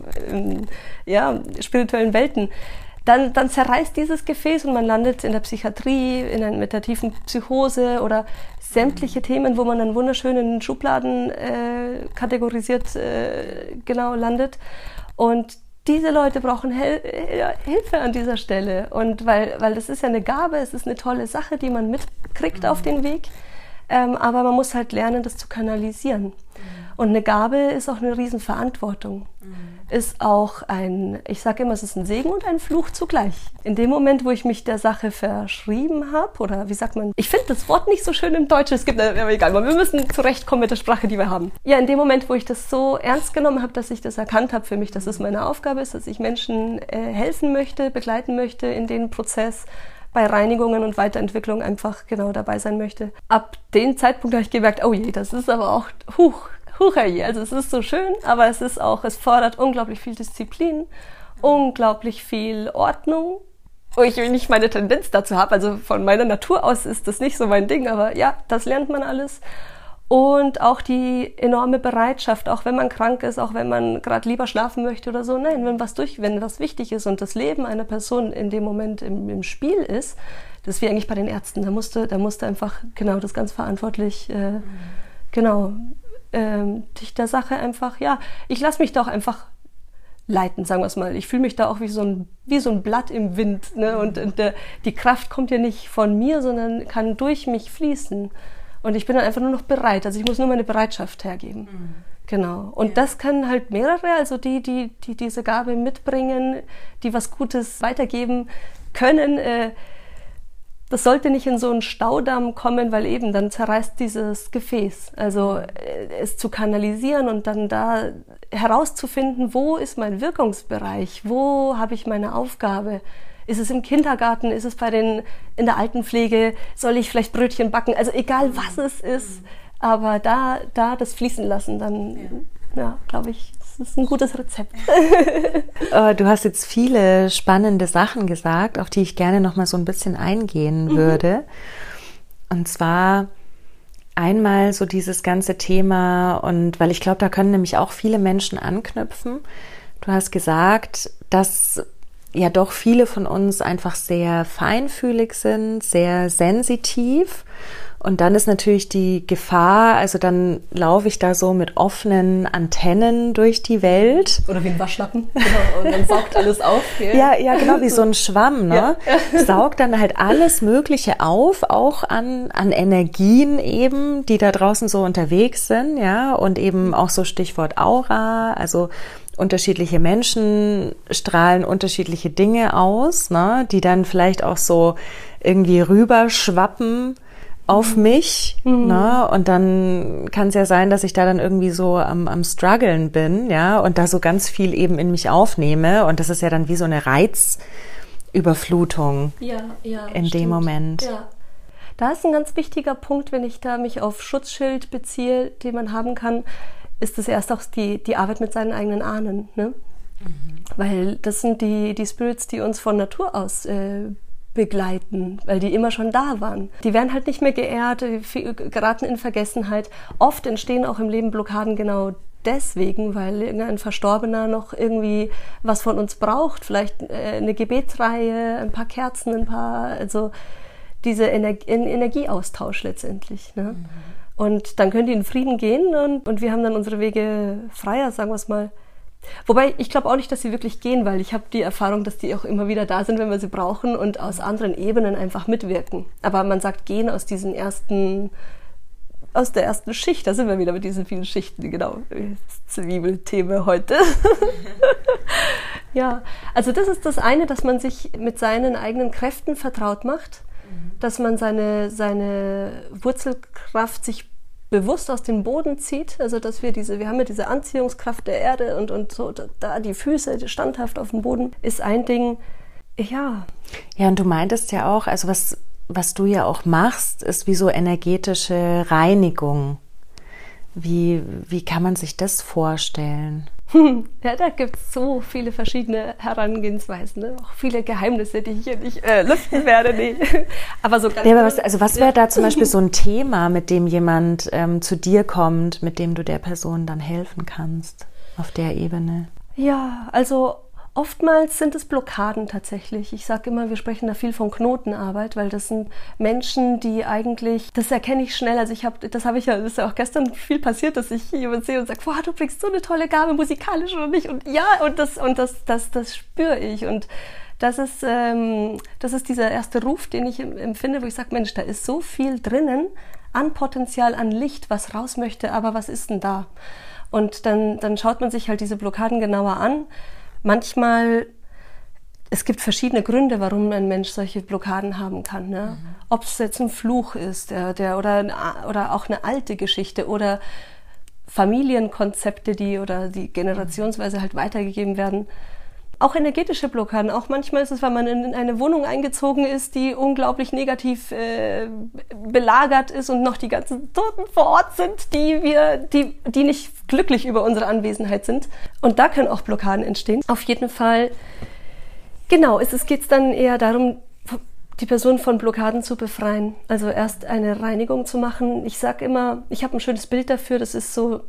spirituellen Welten, dann zerreißt dieses Gefäß und man landet in der Psychiatrie, mit der tiefen Psychose oder sämtliche Themen, wo man dann wunderschön in Schubladen kategorisiert landet. Und diese Leute brauchen Hilfe an dieser Stelle. Und weil das ist ja eine Gabe, es ist eine tolle Sache, die man mitkriegt auf den Weg. Aber man muss halt lernen, das zu kanalisieren. Und eine Gabe ist auch eine Riesenverantwortung. Ist auch ich sage immer, es ist ein Segen und ein Fluch zugleich. In dem Moment, wo ich mich der Sache verschrieben habe, oder wie sagt man, ich finde das Wort nicht so schön im Deutschen, es gibt, aber egal, wir müssen zurechtkommen mit der Sprache, die wir haben. Ja, in dem Moment, wo ich das so ernst genommen habe, dass ich das erkannt habe für mich, dass es meine Aufgabe ist, dass ich Menschen helfen möchte, begleiten möchte in den Prozess, bei Reinigungen und Weiterentwicklung einfach genau dabei sein möchte. Ab dem Zeitpunkt habe ich gemerkt, oh je, das ist aber auch, also es ist so schön, aber es fordert unglaublich viel Disziplin, unglaublich viel Ordnung. Wo ich nicht meine Tendenz dazu habe, also von meiner Natur aus ist das nicht so mein Ding, aber ja, das lernt man alles. Und auch die enorme Bereitschaft, auch wenn man krank ist, auch wenn man gerade lieber schlafen möchte oder so. Nein, wenn was wichtig ist und das Leben einer Person in dem Moment im Spiel ist, das ist wie eigentlich bei den Ärzten. Da musste einfach genau das ganz verantwortlich, dich der Sache einfach, ja, ich lasse mich da auch einfach leiten, sagen wir es mal. Ich fühle mich da auch wie so ein Blatt im Wind, ne? Und die Kraft kommt ja nicht von mir, sondern kann durch mich fließen. Und ich bin dann einfach nur noch bereit. Also ich muss nur meine Bereitschaft hergeben. Genau. Und das können halt mehrere, also die diese Gabe mitbringen, die was Gutes weitergeben können. Das sollte nicht in so einen Staudamm kommen, weil eben dann zerreißt dieses Gefäß. Also es zu kanalisieren und dann da herauszufinden, wo ist mein Wirkungsbereich, wo habe ich meine Aufgabe. Ist es im Kindergarten, ist es in der Altenpflege, soll ich vielleicht Brötchen backen? Also egal was es ist, aber da das fließen lassen, dann glaube ich, das ist ein gutes Rezept. Du hast jetzt viele spannende Sachen gesagt, auf die ich gerne noch mal so ein bisschen eingehen würde. Und zwar einmal so dieses ganze Thema, und weil ich glaube, da können nämlich auch viele Menschen anknüpfen. Du hast gesagt, dass ja doch viele von uns einfach sehr feinfühlig sind, sehr sensitiv. Und dann ist natürlich die Gefahr, also dann laufe ich da so mit offenen Antennen durch die Welt. Oder wie ein Waschlappen. Genau. Und dann saugt alles auf. Ja, genau, wie so ein Schwamm, ne? Ja. Saugt dann halt alles Mögliche auf, auch an Energien eben, die da draußen so unterwegs sind, ja. Und eben auch so Stichwort Aura, also unterschiedliche Menschen strahlen unterschiedliche Dinge aus, ne? Die dann vielleicht auch so irgendwie rüberschwappen auf mich, ne? Und dann kann es ja sein, dass ich da dann irgendwie so am Struggeln bin, ja, und da so ganz viel eben in mich aufnehme, und das ist ja dann wie so eine Reizüberflutung in dem Moment. Ja. Da ist ein ganz wichtiger Punkt, wenn ich da mich auf Schutzschild beziehe, den man haben kann, ist das erst auch die Arbeit mit seinen eigenen Ahnen, ne? Weil das sind die Spirits, die uns von Natur aus begleiten, weil die immer schon da waren. Die werden halt nicht mehr geehrt, geraten in Vergessenheit. Oft entstehen auch im Leben Blockaden genau deswegen, weil irgendein Verstorbener noch irgendwie was von uns braucht, vielleicht eine Gebetsreihe, ein paar Kerzen, also diese Energieaustausch letztendlich, ne? Und dann können die in Frieden gehen und wir haben dann unsere Wege freier, sagen wir es mal. Wobei, ich glaube auch nicht, dass sie wirklich gehen, weil ich habe die Erfahrung, dass die auch immer wieder da sind, wenn wir sie brauchen und aus anderen Ebenen einfach mitwirken. Aber man sagt gehen aus der ersten Schicht, da sind wir wieder mit diesen vielen Schichten, genau, das Zwiebelthema heute. Ja, also das ist das eine, dass man sich mit seinen eigenen Kräften vertraut macht, dass man seine Wurzelkraft sich bewusst aus dem Boden zieht, also dass wir haben ja diese Anziehungskraft der Erde und so, da die Füße standhaft auf dem Boden, ist ein Ding, ja. Ja, und du meintest ja auch, also was du ja auch machst, ist wie so energetische Reinigung. Wie kann man sich das vorstellen? Ja, da gibt es so viele verschiedene Herangehensweisen, ne? Auch viele Geheimnisse, die ich hier nicht lüften werde. Nee. Aber so ganz ja, aber was wäre da zum Beispiel so ein Thema, mit dem jemand zu dir kommt, mit dem du der Person dann helfen kannst auf der Ebene? Ja, also oftmals sind es Blockaden tatsächlich. Ich sage immer, wir sprechen da viel von Knotenarbeit, weil das sind Menschen, die eigentlich, das erkenne ich schnell. Also das ist ja auch gestern viel passiert, dass ich jemanden sehe und sage, wow, du bringst so eine tolle Gabe musikalisch oder nicht? Und ja, und das spüre ich. Und das ist dieser erste Ruf, den ich empfinde, wo ich sage, Mensch, da ist so viel drinnen an Potenzial, an Licht, was raus möchte, aber was ist denn da? Und dann schaut man sich halt diese Blockaden genauer an. Manchmal, es gibt verschiedene Gründe, warum ein Mensch solche Blockaden haben kann. Ne? Ob es jetzt ein Fluch ist oder auch eine alte Geschichte oder Familienkonzepte, die generationsweise halt weitergegeben werden. Auch energetische Blockaden. Auch manchmal ist es, weil man in eine Wohnung eingezogen ist, die unglaublich negativ belagert ist und noch die ganzen Toten vor Ort sind, die nicht glücklich über unsere Anwesenheit sind. Und da können auch Blockaden entstehen. Auf jeden Fall, genau, geht's dann eher darum, die Person von Blockaden zu befreien. Also erst eine Reinigung zu machen. Ich sag immer, ich habe ein schönes Bild dafür, das ist so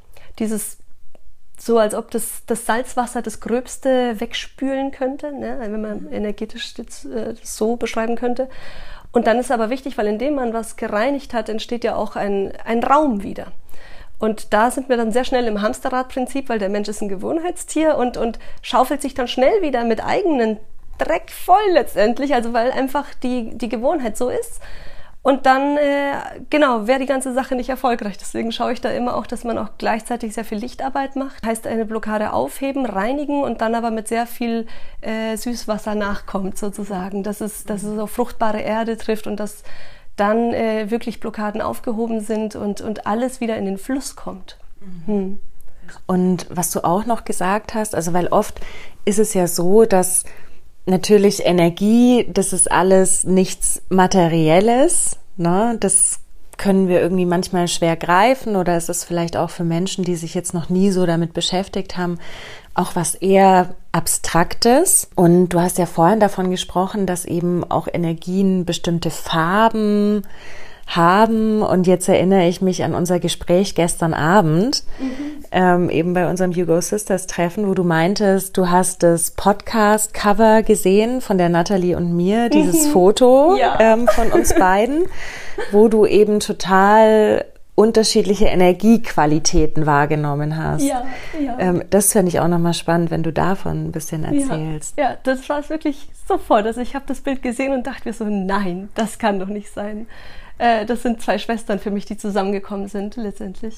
so als ob das Salzwasser das Gröbste wegspülen könnte, ne? Wenn man energetisch das so beschreiben könnte. Und dann ist aber wichtig, weil indem man was gereinigt hat, entsteht ja auch ein Raum wieder. Und da sind wir dann sehr schnell im Hamsterradprinzip, weil der Mensch ist ein Gewohnheitstier und schaufelt sich dann schnell wieder mit eigenen Dreck voll letztendlich, also weil einfach die Gewohnheit so ist. Und dann, wäre die ganze Sache nicht erfolgreich. Deswegen schaue ich da immer auch, dass man auch gleichzeitig sehr viel Lichtarbeit macht. Heißt, eine Blockade aufheben, reinigen und dann aber mit sehr viel Süßwasser nachkommt sozusagen. Dass es auf fruchtbare Erde trifft und dass dann wirklich Blockaden aufgehoben sind und alles wieder in den Fluss kommt. Mhm. Und was du auch noch gesagt hast, also weil oft ist es ja so, dass natürlich Energie, das ist alles nichts Materielles, ne? Das können wir irgendwie manchmal schwer greifen oder es ist vielleicht auch für Menschen, die sich jetzt noch nie so damit beschäftigt haben, auch was eher Abstraktes. Und du hast ja vorhin davon gesprochen, dass eben auch Energien bestimmte Farben haben. Und jetzt erinnere ich mich an unser Gespräch gestern Abend, eben bei unserem Hugo Sisters Treffen, wo du meintest, du hast das Podcast-Cover gesehen von der Nathalie und mir, dieses Foto von uns beiden, wo du eben total unterschiedliche Energiequalitäten wahrgenommen hast. Ja. Das fände ich auch nochmal spannend, wenn du davon ein bisschen erzählst. Ja, das war es wirklich sofort. Also ich habe das Bild gesehen und dachte mir so, nein, das kann doch nicht sein. Das sind zwei Schwestern für mich, die zusammengekommen sind letztendlich.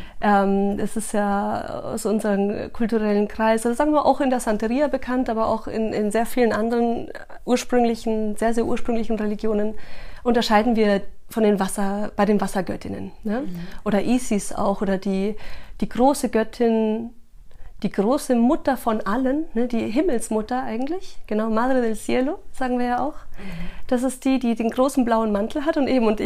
Es ist ja aus unserem kulturellen Kreis, also sagen wir auch in der Santeria bekannt, aber auch in sehr vielen anderen sehr, sehr ursprünglichen Religionen unterscheiden wir bei den Wassergöttinnen. Ne? Oder Isis auch, oder die große Göttin, die große Mutter von allen, ne, die Himmelsmutter eigentlich, genau, Madre del Cielo, sagen wir ja auch. Das ist die den großen blauen Mantel hat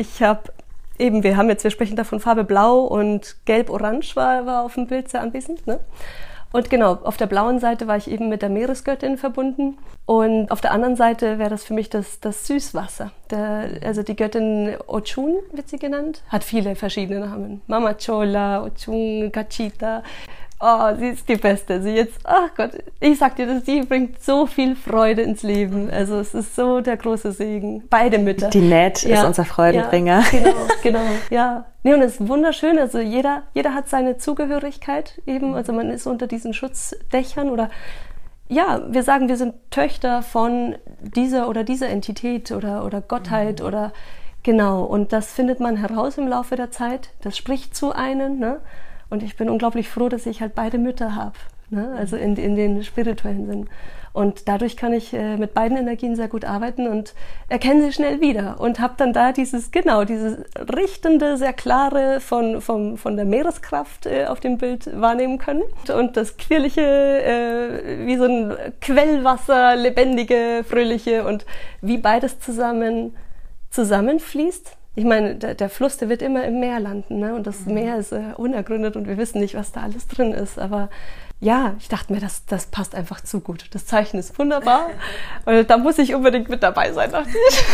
wir sprechen da von Farbe Blau und Gelb-Orange war auf dem Bild sehr anwesend, ne? Und genau, auf der blauen Seite war ich eben mit der Meeresgöttin verbunden und auf der anderen Seite wäre das für mich das Süßwasser. Also die Göttin Ochun wird sie genannt, hat viele verschiedene Namen. Mama Chola, Ochun, Gachita. Oh, sie ist die Beste. Ach Gott, ich sag dir, sie bringt so viel Freude ins Leben. Also es ist so der große Segen. Beide Mütter. Die Nett ist unser Freudenbringer. Ja, genau. Ja, Nee, und es ist wunderschön, also jeder hat seine Zugehörigkeit eben, also man ist unter diesen Schutzdächern oder ja, wir sagen, wir sind Töchter von dieser oder dieser Entität oder Gottheit oder genau, und das findet man heraus im Laufe der Zeit, das spricht zu einem, ne? Und ich bin unglaublich froh, dass ich halt beide Mütter habe, ne? Also in den spirituellen Sinn. Und dadurch kann ich mit beiden Energien sehr gut arbeiten und erkenne sie schnell wieder und habe dann da dieses richtende, sehr klare von der Meereskraft auf dem Bild wahrnehmen können und das quirlige, wie so ein Quellwasser, lebendige, fröhliche und wie beides zusammenfließt. Ich meine, der Fluss, der wird immer im Meer landen, ne? Und das Meer ist unergründet und wir wissen nicht, was da alles drin ist, aber ja, ich dachte mir, das passt einfach zu gut. Das Zeichen ist wunderbar und da muss ich unbedingt mit dabei sein, dachte ich.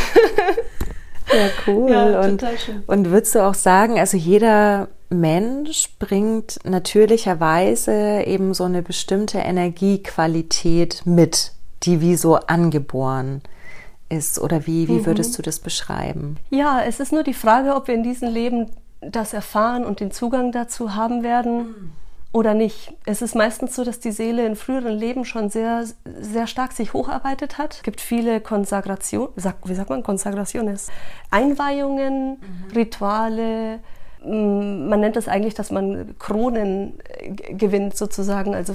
Ja, cool. Ja, total schön. Und würdest du auch sagen, also jeder Mensch bringt natürlicherweise eben so eine bestimmte Energiequalität mit, die wie so angeboren ist? Oder wie würdest du das beschreiben? Ja, es ist nur die Frage, ob wir in diesem Leben das erfahren und den Zugang dazu haben werden oder nicht. Es ist meistens so, dass die Seele in früheren Leben schon sehr, sehr stark sich hocharbeitet hat. Es gibt viele Konsagraciones, Einweihungen, Rituale. Man nennt es eigentlich, dass man Kronen gewinnt sozusagen, also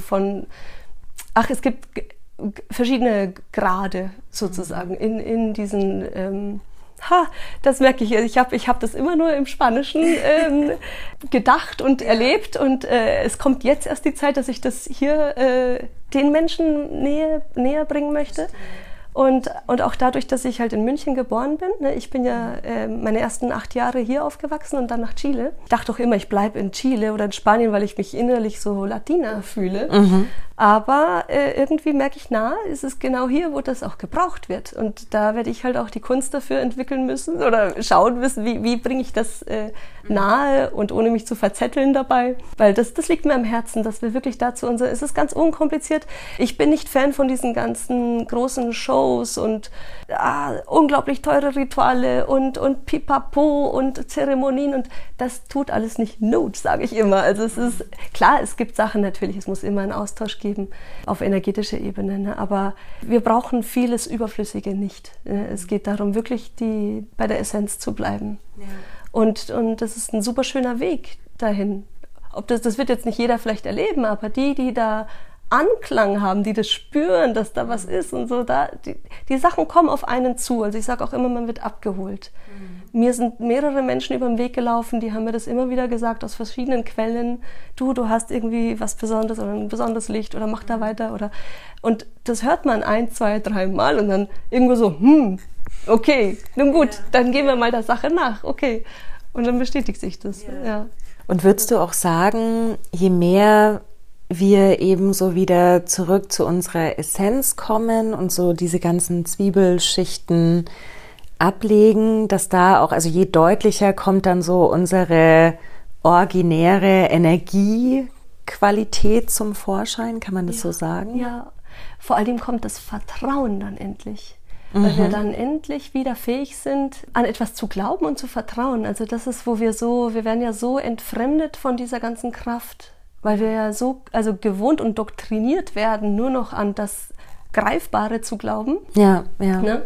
es gibt verschiedene Grade sozusagen in diesen das merke ich. Ich hab das immer nur im Spanischen gedacht und erlebt und es kommt jetzt erst die Zeit, dass ich das hier den Menschen näher bringen möchte. Und auch dadurch, dass ich halt in München geboren bin, ne, ich bin ja meine ersten 8 Jahre hier aufgewachsen und dann nach Chile. Ich dachte auch immer, ich bleibe in Chile oder in Spanien, weil ich mich innerlich so Latina fühle. Aber irgendwie merke ich, ist es genau hier, wo das auch gebraucht wird. Und da werde ich halt auch die Kunst dafür entwickeln müssen oder schauen müssen, wie bringe ich das nahe und ohne mich zu verzetteln dabei. Weil das liegt mir am Herzen, dass wir wirklich dazu es ist ganz unkompliziert. Ich bin nicht Fan von diesen ganzen großen Shows und unglaublich teure Rituale und Pipapo und Zeremonien und das tut alles nicht Not, sage ich immer. Also es ist klar, es gibt Sachen natürlich, es muss immer einen Austausch geben auf energetischer Ebene, ne? Aber wir brauchen vieles Überflüssige nicht. Es geht darum, wirklich bei der Essenz zu bleiben. Ja. Und das ist ein super schöner Weg dahin. Das wird jetzt nicht jeder vielleicht erleben, aber die da Anklang haben, die das spüren, dass da was ist und so, die Sachen kommen auf einen zu. Also ich sage auch immer, man wird abgeholt. Mir sind mehrere Menschen über den Weg gelaufen, die haben mir das immer wieder gesagt, aus verschiedenen Quellen. Du hast irgendwie was Besonderes oder ein besonderes Licht oder mach da weiter. Und das hört man 1, 2, 3 Mal und dann irgendwo so, okay, nun gut, dann gehen wir mal der Sache nach, okay. Und dann bestätigt sich das. Ja. Und würdest du auch sagen, je mehr wir eben so wieder zurück zu unserer Essenz kommen und so diese ganzen Zwiebelschichten ablegen, dass da auch, also je deutlicher kommt dann so unsere originäre Energiequalität zum Vorschein, kann man das so sagen? Ja, vor allem kommt das Vertrauen dann endlich. Weil wir dann endlich wieder fähig sind, an etwas zu glauben und zu vertrauen. Also das ist, wo wir werden ja so entfremdet von dieser ganzen Kraft, weil wir ja so gewohnt und doktriniert werden, nur noch an das Greifbare zu glauben. Ja. Ne?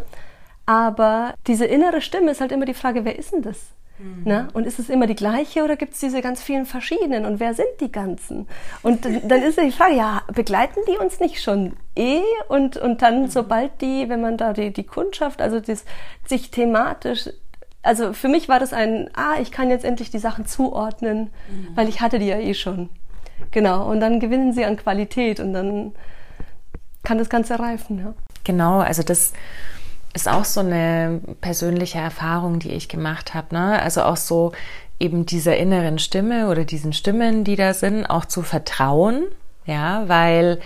Aber diese innere Stimme ist halt immer die Frage, wer ist denn das? Ne? Und ist es immer die gleiche oder gibt es diese ganz vielen verschiedenen? Und wer sind die ganzen? Und dann ist ja die Frage, begleiten die uns nicht schon Und dann, sobald wenn man da die Kundschaft, also sich thematisch, also für mich war das ich kann jetzt endlich die Sachen zuordnen, weil ich hatte die ja schon. Genau, und dann gewinnen sie an Qualität und dann kann das Ganze reifen. Ja. Genau, also das ist auch so eine persönliche Erfahrung, die ich gemacht habe, ne? Also auch so eben dieser inneren Stimme oder diesen Stimmen, die da sind, auch zu vertrauen, ja, weil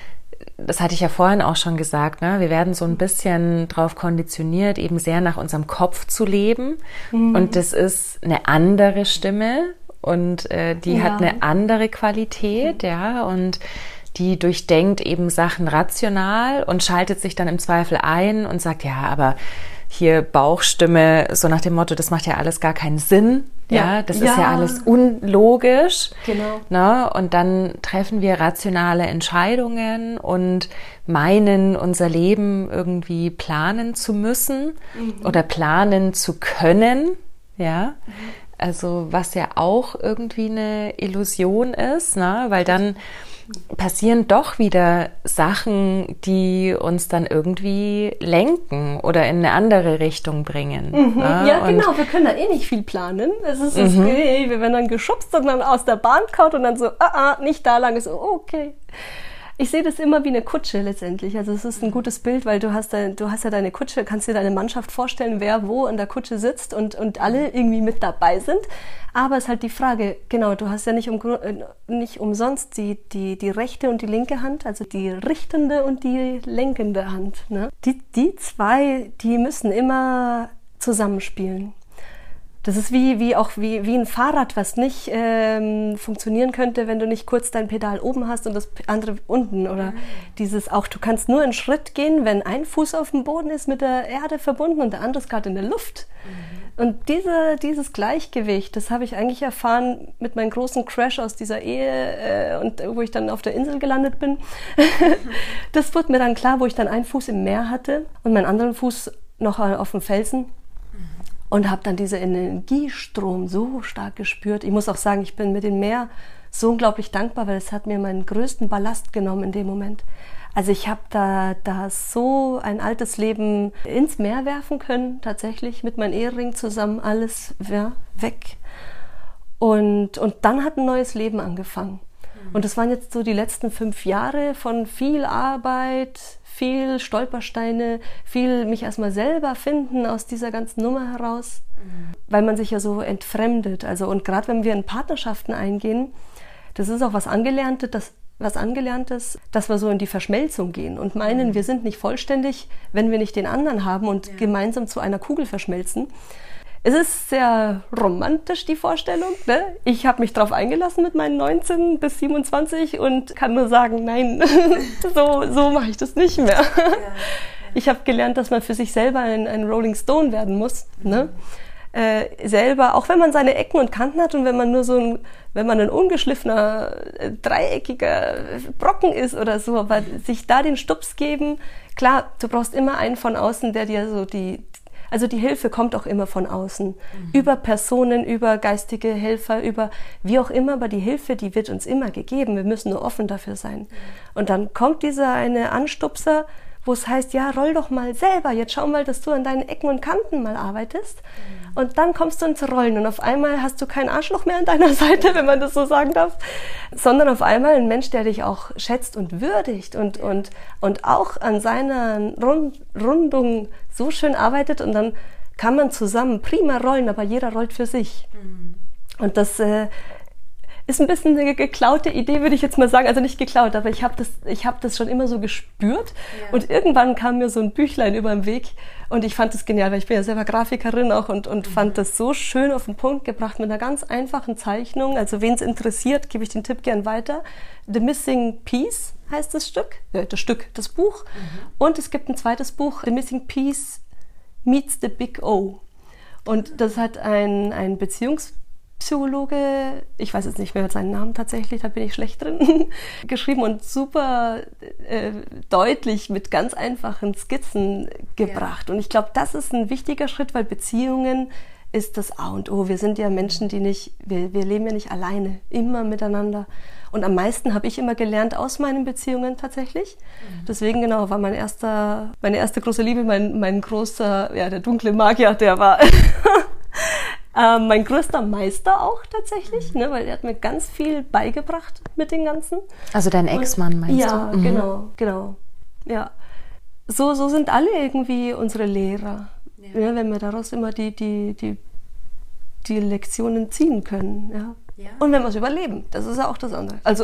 das hatte ich ja vorhin auch schon gesagt, ne? Wir werden so ein bisschen drauf konditioniert, eben sehr nach unserem Kopf zu leben und das ist eine andere Stimme und die hat eine andere Qualität, ja, und die durchdenkt eben Sachen rational und schaltet sich dann im Zweifel ein und sagt, ja, aber hier Bauchstimme, so nach dem Motto, das macht ja alles gar keinen Sinn. Ja, das ist ja alles unlogisch. Genau. Ne? Und dann treffen wir rationale Entscheidungen und meinen, unser Leben irgendwie planen zu müssen oder planen zu können. Ja, also was ja auch irgendwie eine Illusion ist, ne? Weil dann passieren doch wieder Sachen, die uns dann irgendwie lenken oder in eine andere Richtung bringen. Ne? Ja, genau. Wir können da eh nicht viel planen. Es ist wir werden dann geschubst und dann aus der Bahn kaut und dann so, nicht da lang. Ist so, okay. Ich sehe das immer wie eine Kutsche letztendlich. Also es ist ein gutes Bild, weil du hast ja deine Kutsche, kannst dir deine Mannschaft vorstellen, wer wo in der Kutsche sitzt und alle irgendwie mit dabei sind. Aber es ist halt die Frage, genau, du hast ja nicht umsonst die rechte und die linke Hand, also die richtende und die lenkende Hand. Ne? Die zwei, die müssen immer zusammenspielen. Das ist wie ein Fahrrad, was nicht funktionieren könnte, wenn du nicht kurz dein Pedal oben hast und das andere unten. Oder du kannst nur einen Schritt gehen, wenn ein Fuß auf dem Boden ist, mit der Erde verbunden und der andere ist gerade in der Luft. Und dieses Gleichgewicht, das habe ich eigentlich erfahren mit meinem großen Crash aus dieser Ehe und wo ich dann auf der Insel gelandet bin. Das wurde mir dann klar, wo ich dann einen Fuß im Meer hatte und meinen anderen Fuß noch auf dem Felsen. Und habe dann diesen Energiestrom so stark gespürt. Ich muss auch sagen, ich bin mit dem Meer so unglaublich dankbar, weil es hat mir meinen größten Ballast genommen in dem Moment. Also ich habe da so ein altes Leben ins Meer werfen können, tatsächlich, mit meinem Ehering zusammen, alles weg. Und dann hat ein neues Leben angefangen. Und das waren jetzt so die letzten 5 Jahre von viel Arbeit, viel Stolpersteine, viel mich erstmal selber finden aus dieser ganzen Nummer heraus, weil man sich ja so entfremdet. Also und gerade wenn wir in Partnerschaften eingehen, das ist auch was Angelerntes, dass wir so in die Verschmelzung gehen und meinen, wir sind nicht vollständig, wenn wir nicht den anderen haben und gemeinsam zu einer Kugel verschmelzen. Es ist sehr romantisch, die Vorstellung. Ne? Ich habe mich darauf eingelassen mit meinen 19 bis 27 und kann nur sagen, nein, so mache ich das nicht mehr. Ja. Ich habe gelernt, dass man für sich selber ein Rolling Stone werden muss. Ne? Selber, auch wenn man seine Ecken und Kanten hat und wenn man ein ungeschliffener, dreieckiger Brocken ist oder so, aber sich da den Stups geben, klar, du brauchst immer einen von außen, der dir so also die Hilfe kommt auch immer von außen, über Personen, über geistige Helfer, über wie auch immer, aber die Hilfe, die wird uns immer gegeben, wir müssen nur offen dafür sein. Und dann kommt dieser eine Anstupser, wo es heißt, ja, roll doch mal selber, jetzt schau mal, dass du an deinen Ecken und Kanten mal arbeitest. Und dann kommst du ins Rollen und auf einmal hast du kein Arschloch mehr an deiner Seite, wenn man das so sagen darf, sondern auf einmal ein Mensch, der dich auch schätzt und würdigt und auch an seiner Rundung so schön arbeitet und dann kann man zusammen prima rollen, aber jeder rollt für sich. Und das ist ein bisschen eine geklaute Idee, würde ich jetzt mal sagen. Also nicht geklaut, aber ich hab das schon immer so gespürt. Ja. Und irgendwann kam mir so ein Büchlein über den Weg und ich fand das genial, weil ich bin ja selber Grafikerin auch und fand das so schön auf den Punkt gebracht mit einer ganz einfachen Zeichnung. Also wen es interessiert, gebe ich den Tipp gern weiter. The Missing Piece heißt das Stück, das Buch. Und es gibt ein zweites Buch, The Missing Piece Meets the Big O. Und das hat ein Beziehungspsychologe, ich weiß jetzt nicht mehr seinen Namen tatsächlich, da bin ich schlecht drin, geschrieben und super deutlich mit ganz einfachen Skizzen gebracht. Ja. Und ich glaube, das ist ein wichtiger Schritt, weil Beziehungen ist das A und O. Wir sind ja Menschen, wir leben ja nicht alleine, immer miteinander. Und am meisten habe ich immer gelernt aus meinen Beziehungen tatsächlich. Deswegen genau war meine erste große Liebe, mein großer, ja, der dunkle Magier, der war mein größter Meister auch tatsächlich, ne, weil er hat mir ganz viel beigebracht mit den Ganzen. Also dein Ex-Mann meinst du? Ja, genau. Ja. So sind alle irgendwie unsere Lehrer, ja, wenn wir daraus immer die Lektionen ziehen können. Ja. Ja. Und wenn wir es überleben, das ist ja auch das andere. Also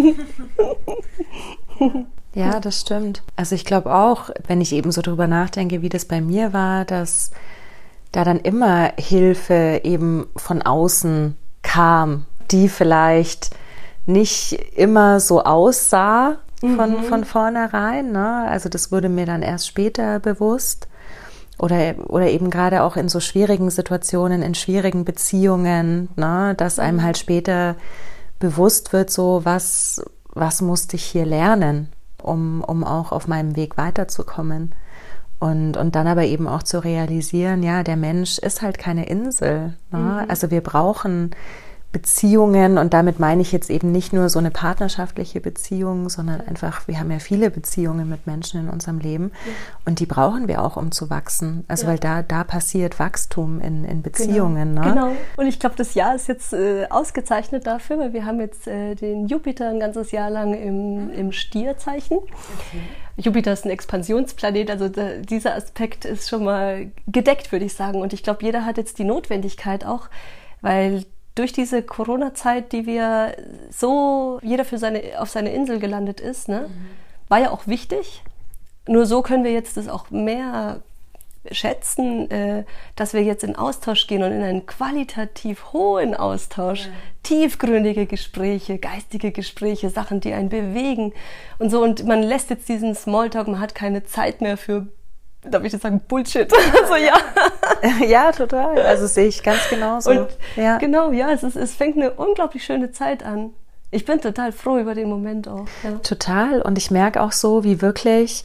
ja, das stimmt. Also ich glaube auch, wenn ich eben so drüber nachdenke, wie das bei mir war, dass da dann immer Hilfe eben von außen kam, die vielleicht nicht immer so aussah von vornherein. Ne? Also das wurde mir dann erst später bewusst. oder eben gerade auch in so schwierigen Situationen, in schwierigen Beziehungen, ne, dass einem halt später bewusst wird, so was musste ich hier lernen, um auch auf meinem Weg weiterzukommen. Und dann aber eben auch zu realisieren, ja, der Mensch ist halt keine Insel. Ne? Also wir brauchen Beziehungen, und damit meine ich jetzt eben nicht nur so eine partnerschaftliche Beziehung, sondern einfach, wir haben ja viele Beziehungen mit Menschen in unserem Leben, und die brauchen wir auch, um zu wachsen. Also weil da passiert Wachstum in Beziehungen. Genau, ne? genau. Und ich glaube, das Jahr ist jetzt ausgezeichnet dafür, weil wir haben jetzt den Jupiter ein ganzes Jahr lang im Stierzeichen. Okay. Jupiter ist ein Expansionsplanet, also dieser Aspekt ist schon mal gedeckt, würde ich sagen. Und ich glaube, jeder hat jetzt die Notwendigkeit auch, weil durch diese Corona-Zeit, die wir jeder auf seine Insel gelandet ist, ne, war ja auch wichtig. Nur so können wir jetzt das auch mehr schätzen, dass wir jetzt in Austausch gehen und in einen qualitativ hohen Austausch, tiefgründige Gespräche, geistige Gespräche, Sachen, die einen bewegen und so. Und man lässt jetzt diesen Smalltalk, man hat keine Zeit mehr für, darf ich das sagen, Bullshit. Also ja. Ja, total. Also sehe ich ganz genauso. Und genau, ja, es fängt eine unglaublich schöne Zeit an. Ich bin total froh über den Moment auch. Ja. Total. Und ich merke auch so, wie wirklich,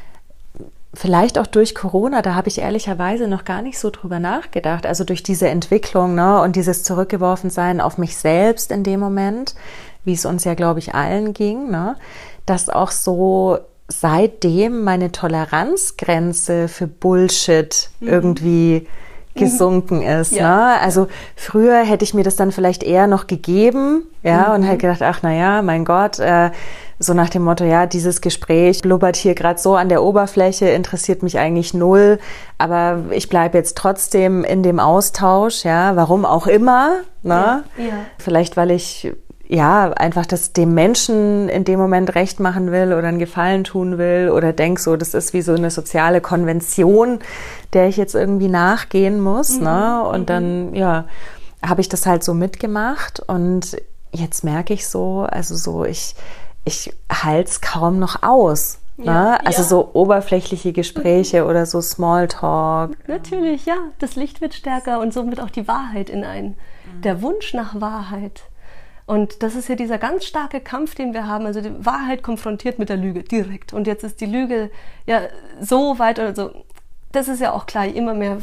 vielleicht auch durch Corona, da habe ich ehrlicherweise noch gar nicht so drüber nachgedacht. Also durch diese Entwicklung, ne, und dieses Zurückgeworfensein auf mich selbst in dem Moment, wie es uns ja, glaube ich, allen ging, ne, dass auch so seitdem meine Toleranzgrenze für Bullshit irgendwie gesunken ist. Ne? Also früher hätte ich mir das dann vielleicht eher noch gegeben, und hätte gedacht, ach naja, mein Gott, so nach dem Motto, ja, dieses Gespräch blubbert hier gerade so an der Oberfläche, interessiert mich eigentlich null, aber ich bleibe jetzt trotzdem in dem Austausch, warum auch immer, ne? Vielleicht, weil ich einfach das dem Menschen in dem Moment recht machen will oder einen Gefallen tun will oder denk so, das ist wie so eine soziale Konvention, der ich jetzt irgendwie nachgehen muss, ne? Und dann, habe ich das halt so mitgemacht, und jetzt merke ich so, also so, ich halte es kaum noch aus. Ne? Also so oberflächliche Gespräche oder so Smalltalk. Natürlich, ja, das Licht wird stärker und somit auch die Wahrheit in einen. Der Wunsch nach Wahrheit. Und das ist ja dieser ganz starke Kampf, den wir haben, also die Wahrheit konfrontiert mit der Lüge, direkt. Und jetzt ist die Lüge ja so weit oder so, das ist ja auch klar, immer mehr,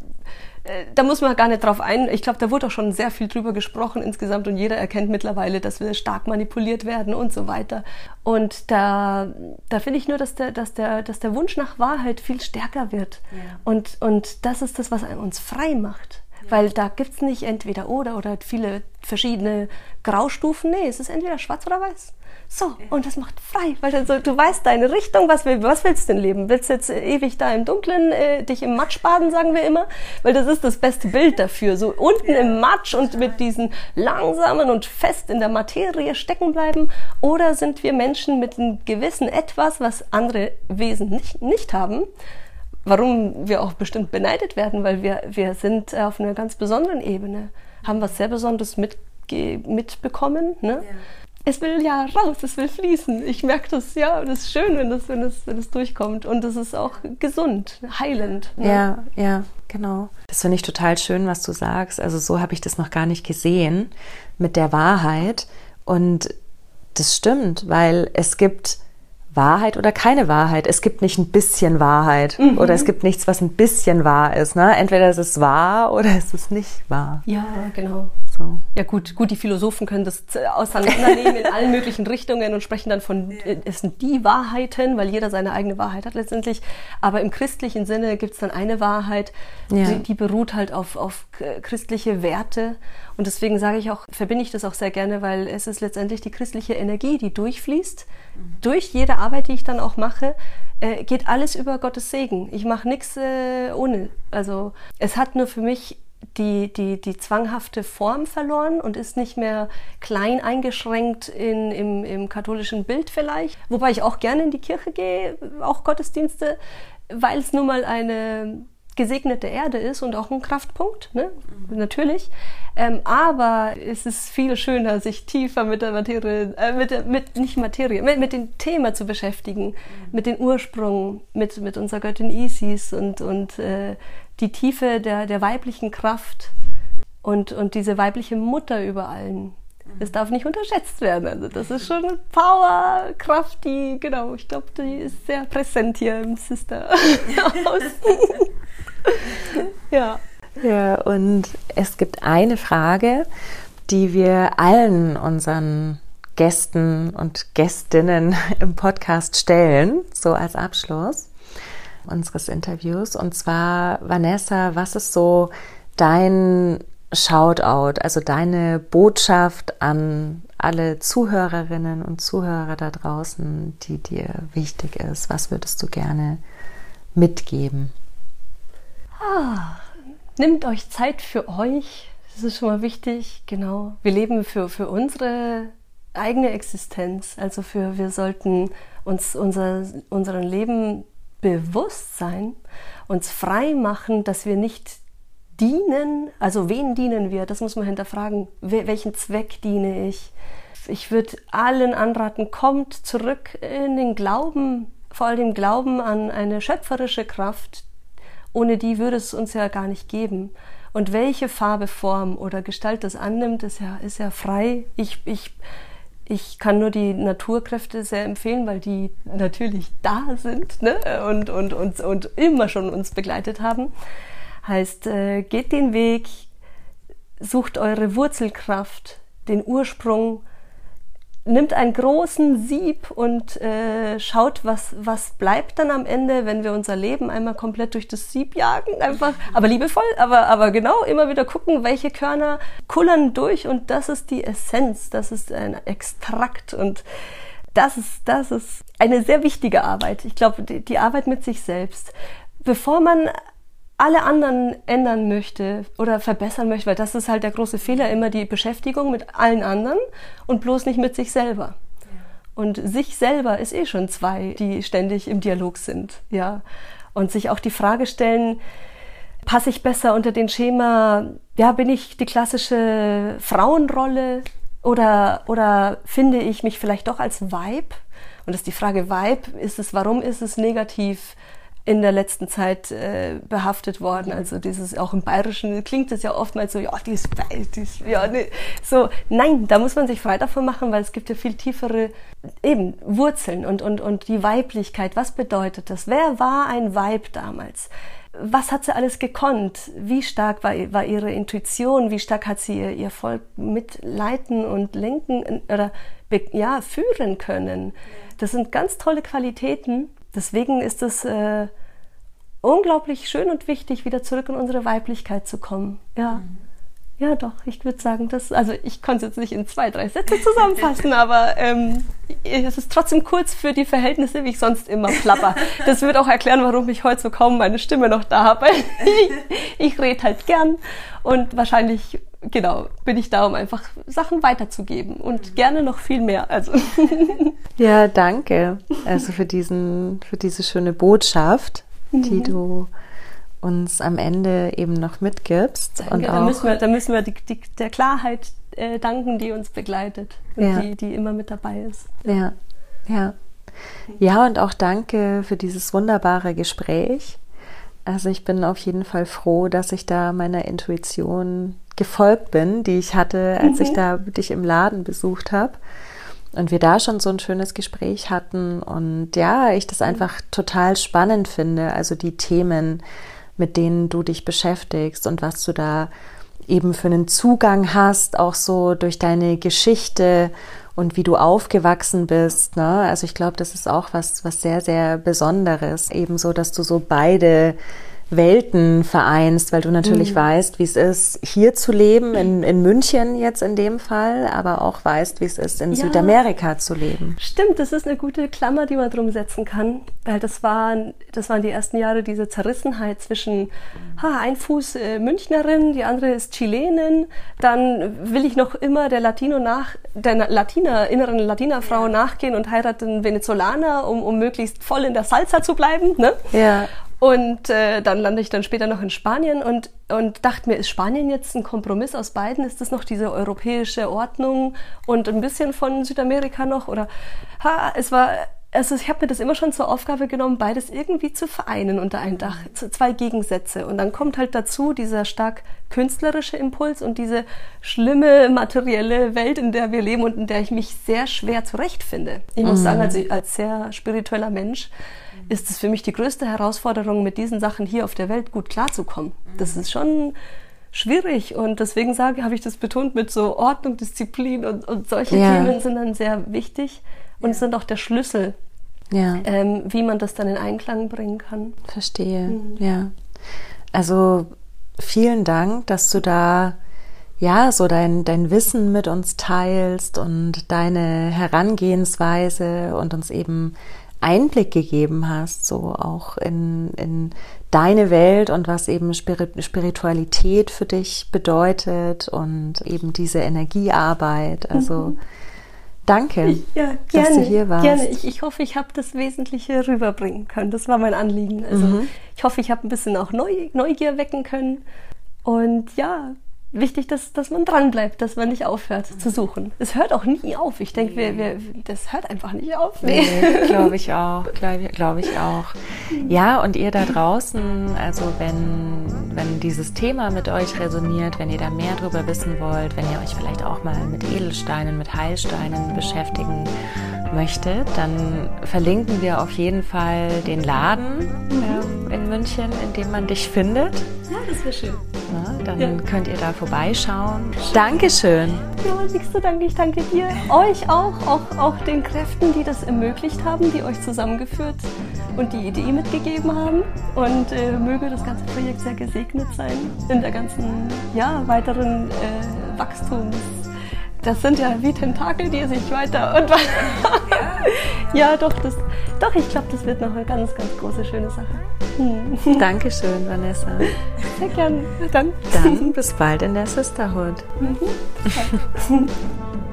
da muss man gar nicht drauf ein, ich glaube, da wurde auch schon sehr viel drüber gesprochen insgesamt, und jeder erkennt mittlerweile, dass wir stark manipuliert werden und so weiter. Und da finde ich nur, dass der Wunsch nach Wahrheit viel stärker wird. Ja. Und das ist das, was uns frei macht. Weil da gibt's nicht entweder oder viele verschiedene Graustufen. Nee, es ist entweder schwarz oder weiß. So, und das macht frei, weil du weißt deine Richtung, was willst du denn leben? Willst du jetzt ewig da im Dunkeln dich im Matsch baden, sagen wir immer? Weil das ist das beste Bild dafür. So unten im Matsch und mit diesen langsamen und fest in der Materie stecken bleiben. Oder sind wir Menschen mit einem gewissen Etwas, was andere Wesen nicht haben? Warum wir auch bestimmt beneidet werden, weil wir sind auf einer ganz besonderen Ebene, haben was sehr Besonderes mitbekommen. Ne? Ja. Es will ja raus, es will fließen. Ich merke das, das ist schön, wenn das durchkommt. Und das ist auch gesund, heilend. Ne? Ja, genau. Das finde ich total schön, was du sagst. Also so habe ich das noch gar nicht gesehen mit der Wahrheit. Und das stimmt, weil es gibt Wahrheit oder keine Wahrheit. Es gibt nicht ein bisschen Wahrheit oder es gibt nichts, was ein bisschen wahr ist. Ne? Entweder ist es wahr oder es ist nicht wahr. Ja, genau. So. Ja gut, die Philosophen können das auseinandernehmen in allen möglichen Richtungen und sprechen dann von, es sind die Wahrheiten, weil jeder seine eigene Wahrheit hat letztendlich. Aber im christlichen Sinne gibt es dann eine Wahrheit, die beruht halt auf christliche Werte. Und deswegen verbinde ich das auch sehr gerne, weil es ist letztendlich die christliche Energie, die durchfließt. Durch jede Arbeit, die ich dann auch mache, geht alles über Gottes Segen. Ich mache nichts ohne. Also es hat nur für mich die zwanghafte Form verloren und ist nicht mehr klein eingeschränkt im katholischen Bild vielleicht. Wobei ich auch gerne in die Kirche gehe, auch Gottesdienste, weil es nun mal eine gesegnete Erde ist und auch ein Kraftpunkt, ne? Natürlich. Aber es ist viel schöner, sich tiefer mit der Materie, mit dem Thema zu beschäftigen, mit dem Ursprung, mit unserer Göttin Isis und die Tiefe der weiblichen Kraft und diese weibliche Mutter über allen. Es darf nicht unterschätzt werden. Also das ist schon eine Powerkraft, die, genau, ich glaube, die ist sehr präsent hier im Sisterhaus. Ja. Ja, und es gibt eine Frage, die wir allen unseren Gästen und Gästinnen im Podcast stellen, so als Abschluss unseres Interviews. Und zwar, Vanessa, was ist so dein Shoutout, also deine Botschaft an alle Zuhörerinnen und Zuhörer da draußen, die dir wichtig ist? Was würdest du gerne mitgeben? Nehmt euch Zeit für euch, das ist schon mal wichtig, genau. Wir leben für unsere eigene Existenz, also wir sollten uns unserem Leben bewusst sein, uns frei machen, dass wir nicht dienen, also wen dienen wir, das muss man hinterfragen, welchen Zweck diene ich. Ich würde allen anraten, kommt zurück in den Glauben, vor allem Glauben an eine schöpferische Kraft, ohne die würde es uns ja gar nicht geben. Und welche Farbe, Form oder Gestalt das annimmt, ist ja frei. Ich kann nur die Naturkräfte sehr empfehlen, weil die natürlich da sind, ne? und immer schon uns begleitet haben. Heißt, geht den Weg, sucht eure Wurzelkraft, den Ursprung, nimmt einen großen Sieb und schaut, was bleibt dann am Ende, wenn wir unser Leben einmal komplett durch das Sieb jagen, einfach, aber liebevoll, aber genau, immer wieder gucken, welche Körner kullern durch, und das ist die Essenz, das ist ein Extrakt, und das ist eine sehr wichtige Arbeit. Ich glaube, die Arbeit mit sich selbst. Bevor man alle anderen ändern möchte oder verbessern möchte, weil das ist halt der große Fehler, immer die Beschäftigung mit allen anderen und bloß nicht mit sich selber. Ja. Und sich selber ist schon zwei, die ständig im Dialog sind, ja. Und sich auch die Frage stellen, passe ich besser unter den Schema, ja, bin ich die klassische Frauenrolle oder finde ich mich vielleicht doch als Weib? Und das ist die Frage, Weib, warum ist es negativ in der letzten Zeit behaftet worden? Also dieses, auch im Bayerischen klingt es ja oftmals so, ja, die ist ja, ne, so, nein, da muss man sich frei davon machen, weil es gibt ja viel tiefere eben Wurzeln und die Weiblichkeit. Was bedeutet das? Wer war ein Weib damals? Was hat sie alles gekonnt? Wie stark war ihre Intuition? Wie stark hat sie ihr Volk mitleiten und lenken oder führen können? Das sind ganz tolle Qualitäten. Deswegen ist es unglaublich schön und wichtig, wieder zurück in unsere Weiblichkeit zu kommen. Ja, ja, doch. Ich würde sagen, ich konnte es jetzt nicht in 2, 3 Sätze zusammenfassen, aber es ist trotzdem kurz für die Verhältnisse, wie ich sonst immer plapper. Das wird auch erklären, warum ich heute so kaum meine Stimme noch da habe. Ich rede halt gern und wahrscheinlich, genau, bin ich da, um einfach Sachen weiterzugeben und gerne noch viel mehr. Also. Ja, danke. Also für diese schöne Botschaft, die du uns am Ende eben noch mitgibst. Danke, und auch, da müssen wir der Klarheit danken, die uns begleitet und die immer mit dabei ist. Ja, ja. Ja, und auch danke für dieses wunderbare Gespräch. Also ich bin auf jeden Fall froh, dass ich da meiner Intuition gefolgt bin, die ich hatte, als ich da dich im Laden besucht habe. Und wir da schon so ein schönes Gespräch hatten. Und ja, ich das einfach total spannend finde. Also die Themen, mit denen du dich beschäftigst und was du da eben für einen Zugang hast, auch so durch deine Geschichte und wie du aufgewachsen bist, ne? Also ich glaube, das ist auch was sehr, sehr Besonderes. Ebenso, dass du so beide Welten vereinst, weil du natürlich weißt, wie es ist, hier zu leben, in München jetzt in dem Fall, aber auch weißt, wie es ist, in Südamerika zu leben. Stimmt, das ist eine gute Klammer, die man drum setzen kann, weil das waren die ersten Jahre, diese Zerrissenheit zwischen ein Fuß Münchnerin, die andere ist Chilenin, dann will ich noch immer der inneren Latina-Frau nachgehen und heirate einen Venezolaner, um möglichst voll in der Salsa zu bleiben, ne? Ja. Und dann lande ich dann später noch in Spanien und dachte mir, ist Spanien jetzt ein Kompromiss aus beiden? Ist das noch diese europäische Ordnung und ein bisschen von Südamerika noch? Oder ich habe mir das immer schon zur Aufgabe genommen, beides irgendwie zu vereinen unter ein Dach. Zwei Gegensätze. Und dann kommt halt dazu dieser stark künstlerische Impuls und diese schlimme materielle Welt, in der wir leben und in der ich mich sehr schwer zurechtfinde. Ich muss sagen, also als sehr spiritueller Mensch ist es für mich die größte Herausforderung, mit diesen Sachen hier auf der Welt gut klarzukommen. Das ist schon schwierig und deswegen habe ich das betont mit so Ordnung, Disziplin und solche Themen sind dann sehr wichtig und sind auch der Schlüssel, wie man das dann in Einklang bringen kann. Verstehe, ja. Also vielen Dank, dass du da so dein Wissen mit uns teilst und deine Herangehensweise und uns eben Einblick gegeben hast, so auch in deine Welt und was eben Spiritualität für dich bedeutet und eben diese Energiearbeit. Also danke, gerne, dass du hier warst. Gerne. Ich hoffe, ich habe das Wesentliche rüberbringen können. Das war mein Anliegen. Also ich hoffe, ich habe ein bisschen auch Neugier wecken können. Und wichtig, dass man dranbleibt, dass man nicht aufhört zu suchen. Es hört auch nie auf. Ich denke, das hört einfach nicht auf. Nee, glaube ich auch. Ja, und ihr da draußen, also wenn dieses Thema mit euch resoniert, wenn ihr da mehr drüber wissen wollt, wenn ihr euch vielleicht auch mal mit Edelsteinen, mit Heilsteinen beschäftigen möchtet, dann verlinken wir auf jeden Fall den Laden in München, in dem man dich findet. Ja, das wäre schön. Dann könnt ihr da vorbeischauen. Dankeschön. Ja, nichts zu danken. Ich danke dir. Euch auch den Kräften, die das ermöglicht haben, die euch zusammengeführt und die Idee mitgegeben haben. Und möge das ganze Projekt sehr gesegnet sein in der ganzen weiteren Wachstums. Das sind ja wie Tentakel, die sich weiter und weiter. Ja, doch, ich glaube, das wird noch eine ganz, ganz große, schöne Sache. Dankeschön, Vanessa. Sehr gern. Dann bis bald in der Sisterhood. Mhm.